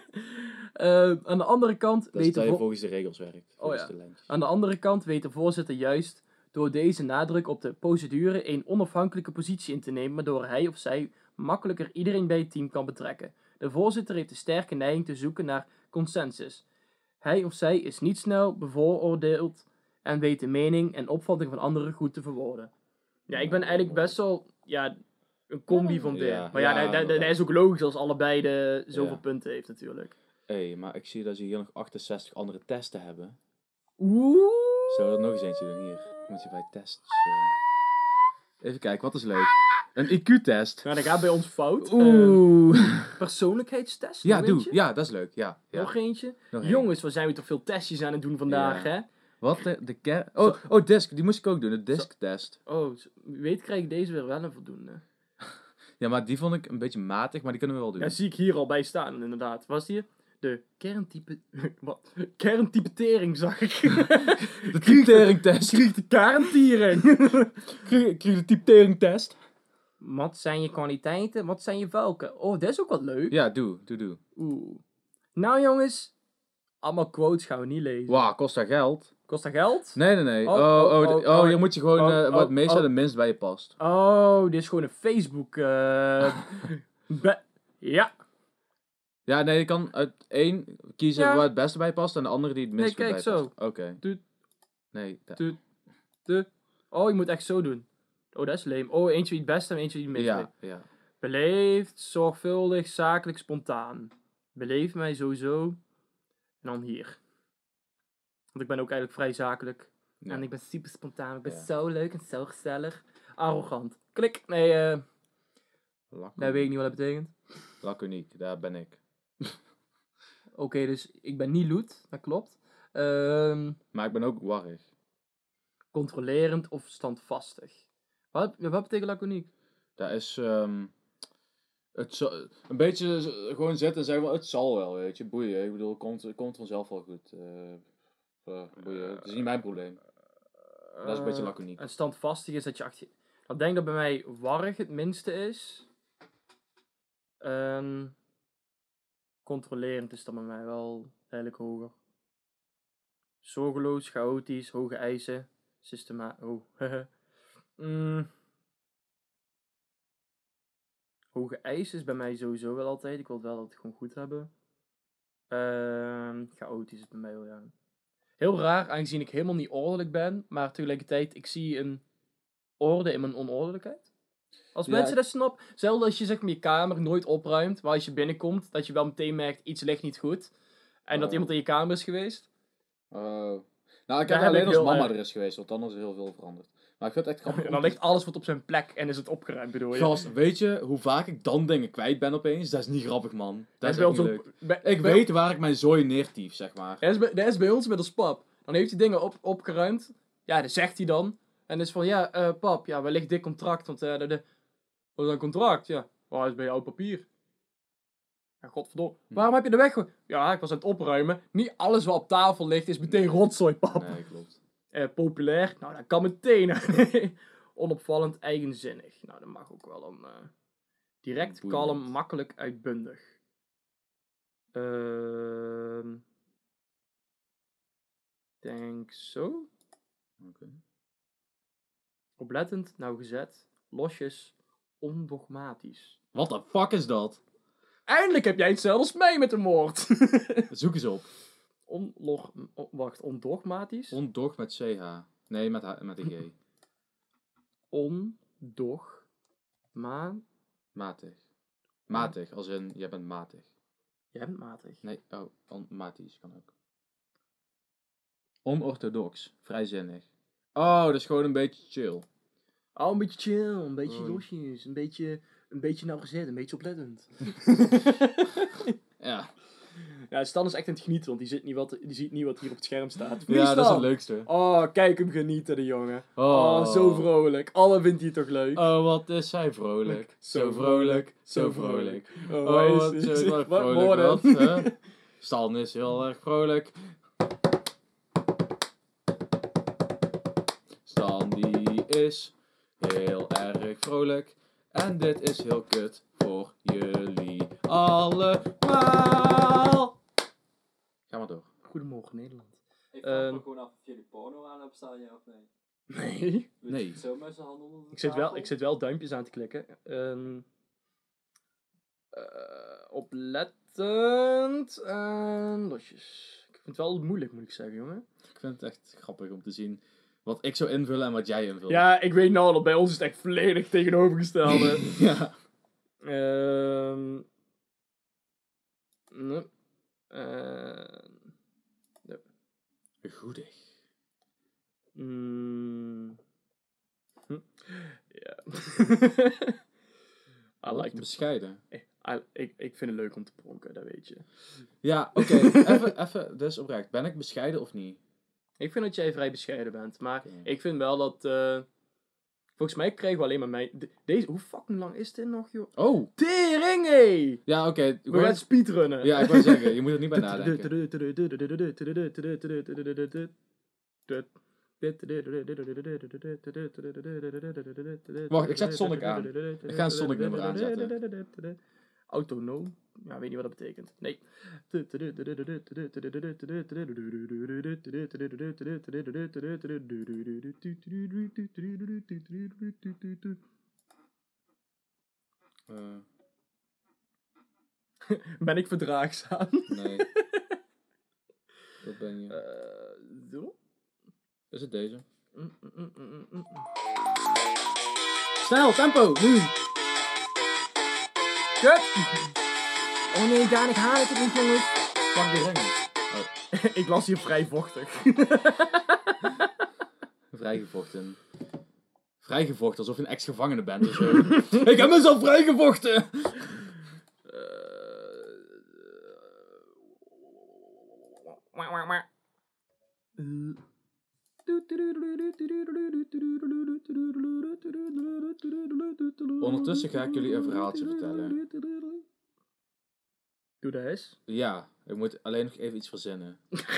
uh, aan de andere kant... Dat is dat je volgens de regels werkt. Volgens oh, ja. de lijntjes. Aan de andere kant weet de voorzitter juist door deze nadruk op de procedure een onafhankelijke positie in te nemen, waardoor hij of zij makkelijker iedereen bij het team kan betrekken. De voorzitter heeft de sterke neiging te zoeken naar consensus. Hij of zij is niet snel bevooroordeeld en weet de mening en opvatting van anderen goed te verwoorden. Ja, ik ben eigenlijk best wel ja, een combi van dit. Ja, maar ja, ja, dat, dat, dat inderdaad. is ook logisch als allebei de zoveel Ja. punten heeft natuurlijk. Hé, hey, maar ik zie dat ze hier nog achtenzestig andere testen hebben. Oeh. Zullen we er nog eens eentje doen? Hier. Ik moet je bij tests. Uh... Even kijken, wat is leuk? Een I Q-test. Nou, dat gaat bij ons fout. Oeh. Uh, persoonlijkheidstest? Ja, nog doe. eentje? Ja, dat is leuk. Ja, ja. Nog eentje? Nog Jongens, wat zijn we toch veel testjes aan het doen vandaag, Ja. hè? Wat? De, de ker... Oh, oh, disk. Die moest ik ook doen. De disk-test. Oh, wie weet krijg ik deze weer wel een voldoende. Ja, maar die vond ik een beetje matig, maar die kunnen we wel doen. Ja, zie ik hier al bij staan, inderdaad. Was die? De kerntype... Wat? Kerntypetering, zag ik. De typtering-test. Krieg de kerntiering. Krieg de typtering-test. Wat zijn je kwaliteiten? Wat zijn je valken? Oh, dat is ook wat leuk. Ja, doe. Doe, doe. Oeh. Nou, jongens. Allemaal quotes gaan we niet lezen. Wauw, kost dat geld? Kost dat geld? Nee, nee, nee. Oh, Oh, oh, oh, oh, oh, oh, oh. hier moet je gewoon Oh, uh, oh, wat het meest oh. en het minst bij je past. Oh, dit is gewoon een Facebook... Uh... be- ja. Ja, nee, je kan uit één kiezen Ja. waar het beste bij past en de andere die het minst Nee, goed kijk, bij zo. past. Oké. Doet. Nee. da- Doet. De. Oh, je moet echt zo doen. Oh, dat is leem. Oh, eentje die het beste en eentje die het minst weet. Ja, ja. Beleefd, zorgvuldig, zakelijk, spontaan. Beleef mij sowieso. En dan hier. Want ik ben ook eigenlijk vrij zakelijk. Ja. En ik ben super spontaan. Ik ben Ja. zo leuk en zo gezellig. Arrogant. Klik. Nee, eh... Laconiek. nee, weet ik niet wat dat betekent. Laconiek, daar ben ik. Oké, okay, dus ik ben niet loed. Dat klopt. Ehm... Maar ik ben ook warrig. Controlerend of standvastig. Wat, wat betekent laconiek? Dat is ehm het zo, een beetje z- gewoon zitten en zeggen van het zal wel, weet je, boeien. Ik bedoel, het komt, het komt vanzelf wel goed. Eh, eh, boeien. Het is niet mijn probleem. Dat is een beetje laconiek. En standvastig is dat je achter... Ik denk dat bij mij warrig het minste is. Ehm controlerend is dan bij mij wel eigenlijk hoger. Zorgeloos, chaotisch, hoge eisen. Systema... Oh. mm. Hoge eis is bij mij sowieso wel altijd. Ik wil het wel altijd gewoon goed hebben. Uh, chaotisch is bij mij wel, ja. Heel raar, aangezien ik helemaal niet ordelijk ben. Maar tegelijkertijd, ik zie een orde in mijn onordelijkheid. Als Ja, mensen ik- dat snappen. Zelfs als je zeg maar je kamer nooit opruimt. Maar als je binnenkomt, dat je wel meteen merkt, iets ligt niet goed. En dat Oh. iemand in je kamer is geweest. Oh. Nou, ik heb heb alleen ik als heel mama erg. er is geweest, want dan is er heel veel veranderd. Maar ik vind het echt grappig. En om dan te ligt alles wat op zijn plek en is het opgeruimd, bedoel je? Gast, weet je hoe vaak ik dan dingen kwijt ben opeens? Dat is niet grappig, man. Dat is bij echt ons niet ook- leuk. bij- Ik bij- weet waar ik mijn zooi neertief, zeg maar. Dat is, bij, dat is bij ons met ons pap. Dan heeft hij dingen op, opgeruimd. Ja, dat zegt hij dan. En dan is van, ja, eh, pap, ja, waar ligt dit contract? Want eh, de, de, wat is een contract? Ja, waar is bij jou oud papier? Ja, godverdomme. Hm. Waarom heb je de weg? ge- Ja, ik was aan het opruimen. Niet alles wat op tafel ligt is meteen rotzooi, pap. Nee, klopt. Eh, populair? Nou, dat kan meteen. Onopvallend, eigenzinnig. Nou, dat mag ook wel een... eh, direct, Boeiend. kalm, makkelijk, uitbundig. Ehm... denk zo. Oké. Oplettend, nauwgezet, losjes, ondogmatisch. Wat de fuck is dat? Eindelijk heb jij hetzelfde als mij met de moord. Zoek eens op. Onlog... on- wacht, ondogmatisch? Ondog met C H. Nee, met, H met een G. Ondogma... Matig. Matig, als in, jij bent matig. Jij bent matig. Nee, oh, on matisch kan ook. Onorthodox, vrijzinnig. Oh, dat is gewoon een beetje chill. Oh, een beetje chill, een beetje Oh. losjes, een beetje, een beetje nauwgezet, een beetje oplettend. Ja, Ja, Stan is echt aan het genieten, want die, zit niet wat, die ziet niet wat hier op het scherm staat. ja dat is Stan? het leukste. Oh, kijk hem genieten, de jongen. Oh, zo vrolijk. Oh, wat vindt hij toch leuk? Oh, wat is hij vrolijk. Zo vrolijk, zo vrolijk. Oh, Oh, hij wat is, is is, wat wat vrolijk. woorden. Wat, hè? Stan is heel erg vrolijk. Stan die is heel erg vrolijk. En dit is heel kut voor jullie allemaal. Ga maar door. Goedemorgen, Nederland. Ik vraag Ehm. me gewoon af of jullie porno aan hebt staan, ja of nee? Nee. Doe je Nee. het Zo met z'n handen onder de Ik zit, wel, tafel? ik zit wel duimpjes aan te klikken. Ehm eh, oplettend en losjes. Ik vind het wel moeilijk, moet ik zeggen, jongen. Ik vind het echt grappig om te zien wat ik zou invullen en wat jij invult. Ja, ik weet nou dat bij ons is het echt volledig tegenovergestelde. Ja. Ehm nee. Eh, Goedig. mm, hm, ja. I like to... Bescheiden. I, ik, ik vind het leuk om te pronken, dat weet je. Ja, oké. Even, even, dus oprecht. Ben ik bescheiden of niet? Ik vind dat jij vrij bescheiden bent, maar Oké. ik vind wel dat... eh, volgens mij krijgen we alleen maar mijn... de- deze... Hoe fucking lang is dit nog, joh? Oh! Tering, hé! Ja, oké. We gaan speedrunnen. Ja, ik wou zeggen, je moet er niet bij nadenken. Wacht, ik zet Sonic aan. Ik ga een Sonic nummer aanzetten. Autonoom? Ja, weet niet wat dat betekent. Nee. Eh, Ben ik verdraagzaam? nee. Dat ben je. Eh, zo? Is het deze? Mm, mm, mm, mm, mm. Snel, tempo, nu! Kut! Oh nee, Daan, ik haal het niet, jongens. Pak de remmen. Ik las hier vrij vochtig. Vrijgevochten. Vrijgevochten, alsof je een ex-gevangene bent of zo. Ik heb mezelf vrijgevochten! Ondertussen ga ik jullie een verhaaltje vertellen. Doe dat eens. Ja, ik moet alleen nog even iets verzinnen.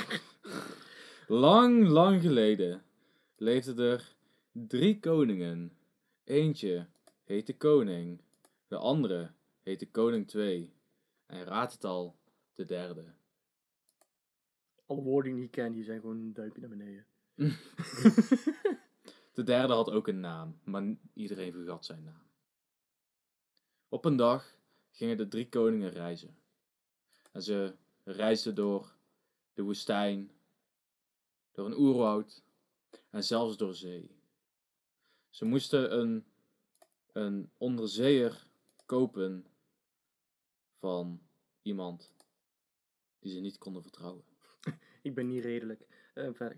Lang, lang geleden leefden er drie koningen. Eentje heette Koning. De andere heette Koning twee. En raad het al, de derde. Alle woorden die ik niet ken, die zijn gewoon een duimpje naar beneden. De derde had ook een naam, maar n- iedereen vergat zijn naam. Op een dag gingen de drie koningen reizen. En ze reisden door de woestijn, door een oerwoud en zelfs door zee. Ze moesten een, een onderzeeër kopen van iemand die ze niet konden vertrouwen. Ik ben niet redelijk. Uh, verder.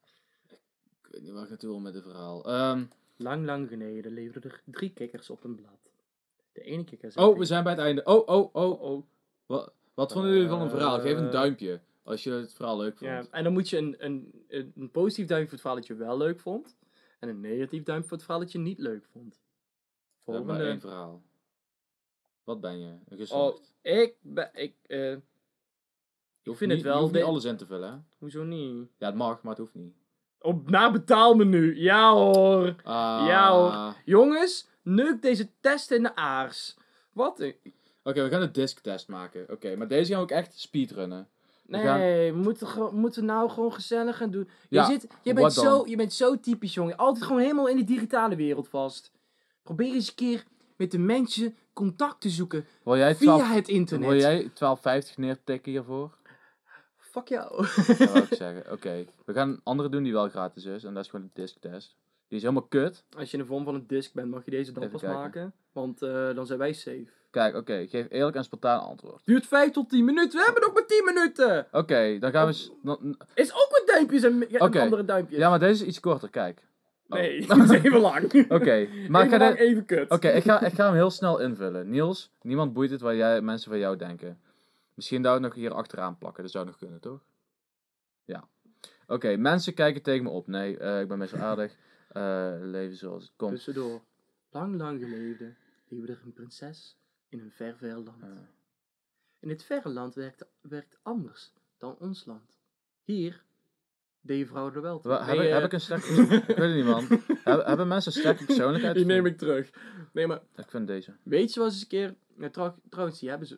Ik weet niet waar ik naartoe wil met het verhaal. Ehm, Lang, lang geleden leefden er drie kikkers op een blad. De ene kikker zei... oh, we zijn bij het einde. Oh, oh, oh. Oh, Wat, wat vonden jullie van een verhaal? Geef een Eh, duimpje als je het verhaal leuk vond. ja, en dan moet je een, een, een, een positief duimpje voor het verhaal dat je wel leuk vond. En een negatief duimpje voor het verhaal dat je niet leuk vond. We hebben maar Volgende. één verhaal. Wat ben je? Een Oh, geslacht. ik ben... Ik, eh, Je ik hoeft vind niet, het wel... Je hoeft de- niet alles in te vullen, hè? Hoezo niet? Ja, het mag, maar het hoeft niet. Op na betaalmenu. Ja hoor. Ah. Ja, hoor. Jongens, neuk deze test in de aars. Wat? een- Oké, we gaan een disc-test maken. Oké, maar deze gaan we ook echt speedrunnen. We gaan- Nee, we moeten, ge- we moeten nou gewoon gezellig gaan doen. Je, Ja, zit, je, wat bent dan? zo, je bent zo typisch, jongen. Altijd gewoon helemaal in de digitale wereld vast. Probeer eens een keer met de mensen contact te zoeken Wil jij via het internet. Wil jij twaalf vijftig neertikken hiervoor? Fuck jou. Dat wou ik zeggen. Oké, we gaan een andere doen die wel gratis is. En dat is gewoon een disc-test. Die is helemaal kut. Als je in de vorm van een disc bent, mag je deze dan Even pas kijken. maken. Want eh, dan zijn wij safe. Kijk, oké, geef eerlijk en spontaan antwoord. Duurt vijf tot tien minuten. We hebben nog maar tien minuten. Oké, dan gaan we... s- dan- Is ook met duimpjes en, en Oké. andere duimpjes. Ja, maar deze is iets korter, kijk. Oh. Nee, het is even lang. Oké, maar ik even ga, lang, dit- even kut. Oké, ik, ga, ik ga hem heel snel invullen. Niels, niemand boeit het waar jij, mensen van jou denken. Misschien dat we het nog hier achteraan plakken. Dat zou nog kunnen, toch? Ja. Oké, mensen kijken tegen me op. Nee, eh, ik ben best wel aardig. Eh, leven zoals het komt. Tussendoor. Lang, lang geleden leefde er een prinses in een ver, ver land. Eh, In dit verre land werkt, werkt anders dan ons land. Hier deed je vrouw er wel toe. wa- Nee, heb, ik, eh, heb ik een sterke... ik weet het niet, man. Heb- hebben mensen een sterke persoonlijkheid? Die neem ik terug. Nee, maar Ik vind deze. weet je wel eens een keer... Ja, trouw- trouwens, die hebben ze...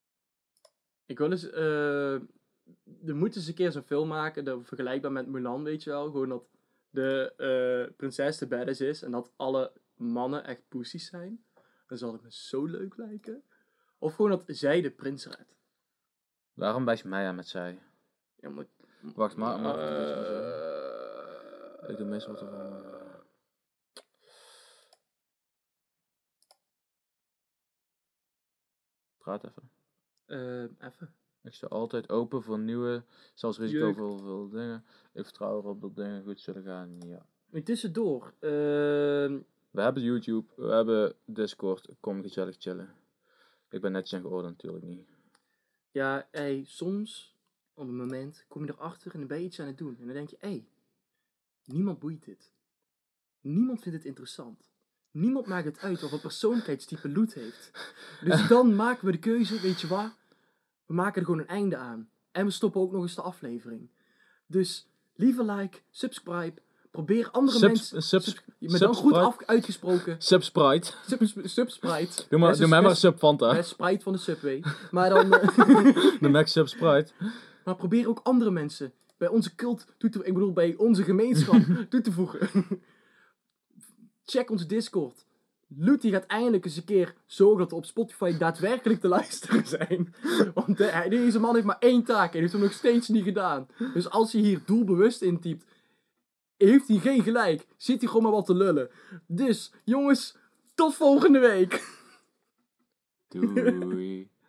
Ik wil eens... eh er moeten ze een keer zo'n film maken, dat, vergelijkbaar met Mulan, weet je wel. Gewoon dat de eh, prinses de badass is en dat alle mannen echt pussies zijn. Dan zal het me zo leuk lijken. Of gewoon dat zij de prins redt. Waarom wijst mij aan met zij? Ja, maar... Wacht, maar... maar Eh, ik doe meestal wat ervan. Praat even. eh, even. Ik sta altijd open voor nieuwe, zelfs risicovolle dingen. Ik vertrouw erop dat dingen goed zullen gaan. Ja. Maar tussendoor. eh, We hebben YouTube, we hebben Discord. Kom gezellig chillen. Ik ben netjes en geordend, natuurlijk niet. ja, hey, soms, op een moment, kom je erachter en dan ben je iets aan het doen. En dan denk je, hé, hey, niemand boeit dit. Niemand vindt het interessant. Niemand maakt het uit of een persoonlijkheidstype loot heeft. Dus dan maken we de keuze, weet je wat? We maken er gewoon een einde aan. En we stoppen ook nog eens de aflevering. Dus, liever like, subscribe, probeer andere Subs- mensen... subs- subs- maar dan goed subscribe. af, uitgesproken. Subsprite. Subs- Subsprite. Doe maar, Best- doe mij maar best- Subfanta. best Sprite van de Subway. Maar dan... eh, De Max Subsprite. Maar probeer ook andere mensen bij onze cult toe te... Ik bedoel, bij onze gemeenschap toe te voegen. Check onze Discord. Luty gaat eindelijk eens een keer zorgen dat we op Spotify daadwerkelijk te luisteren zijn. Want de- hij- deze man heeft maar één taak en hij heeft hem nog steeds niet gedaan. Dus als hij hier doelbewust intypt, heeft hij geen gelijk. Zit hij gewoon maar wat te lullen. Dus, jongens, tot volgende week. Doei.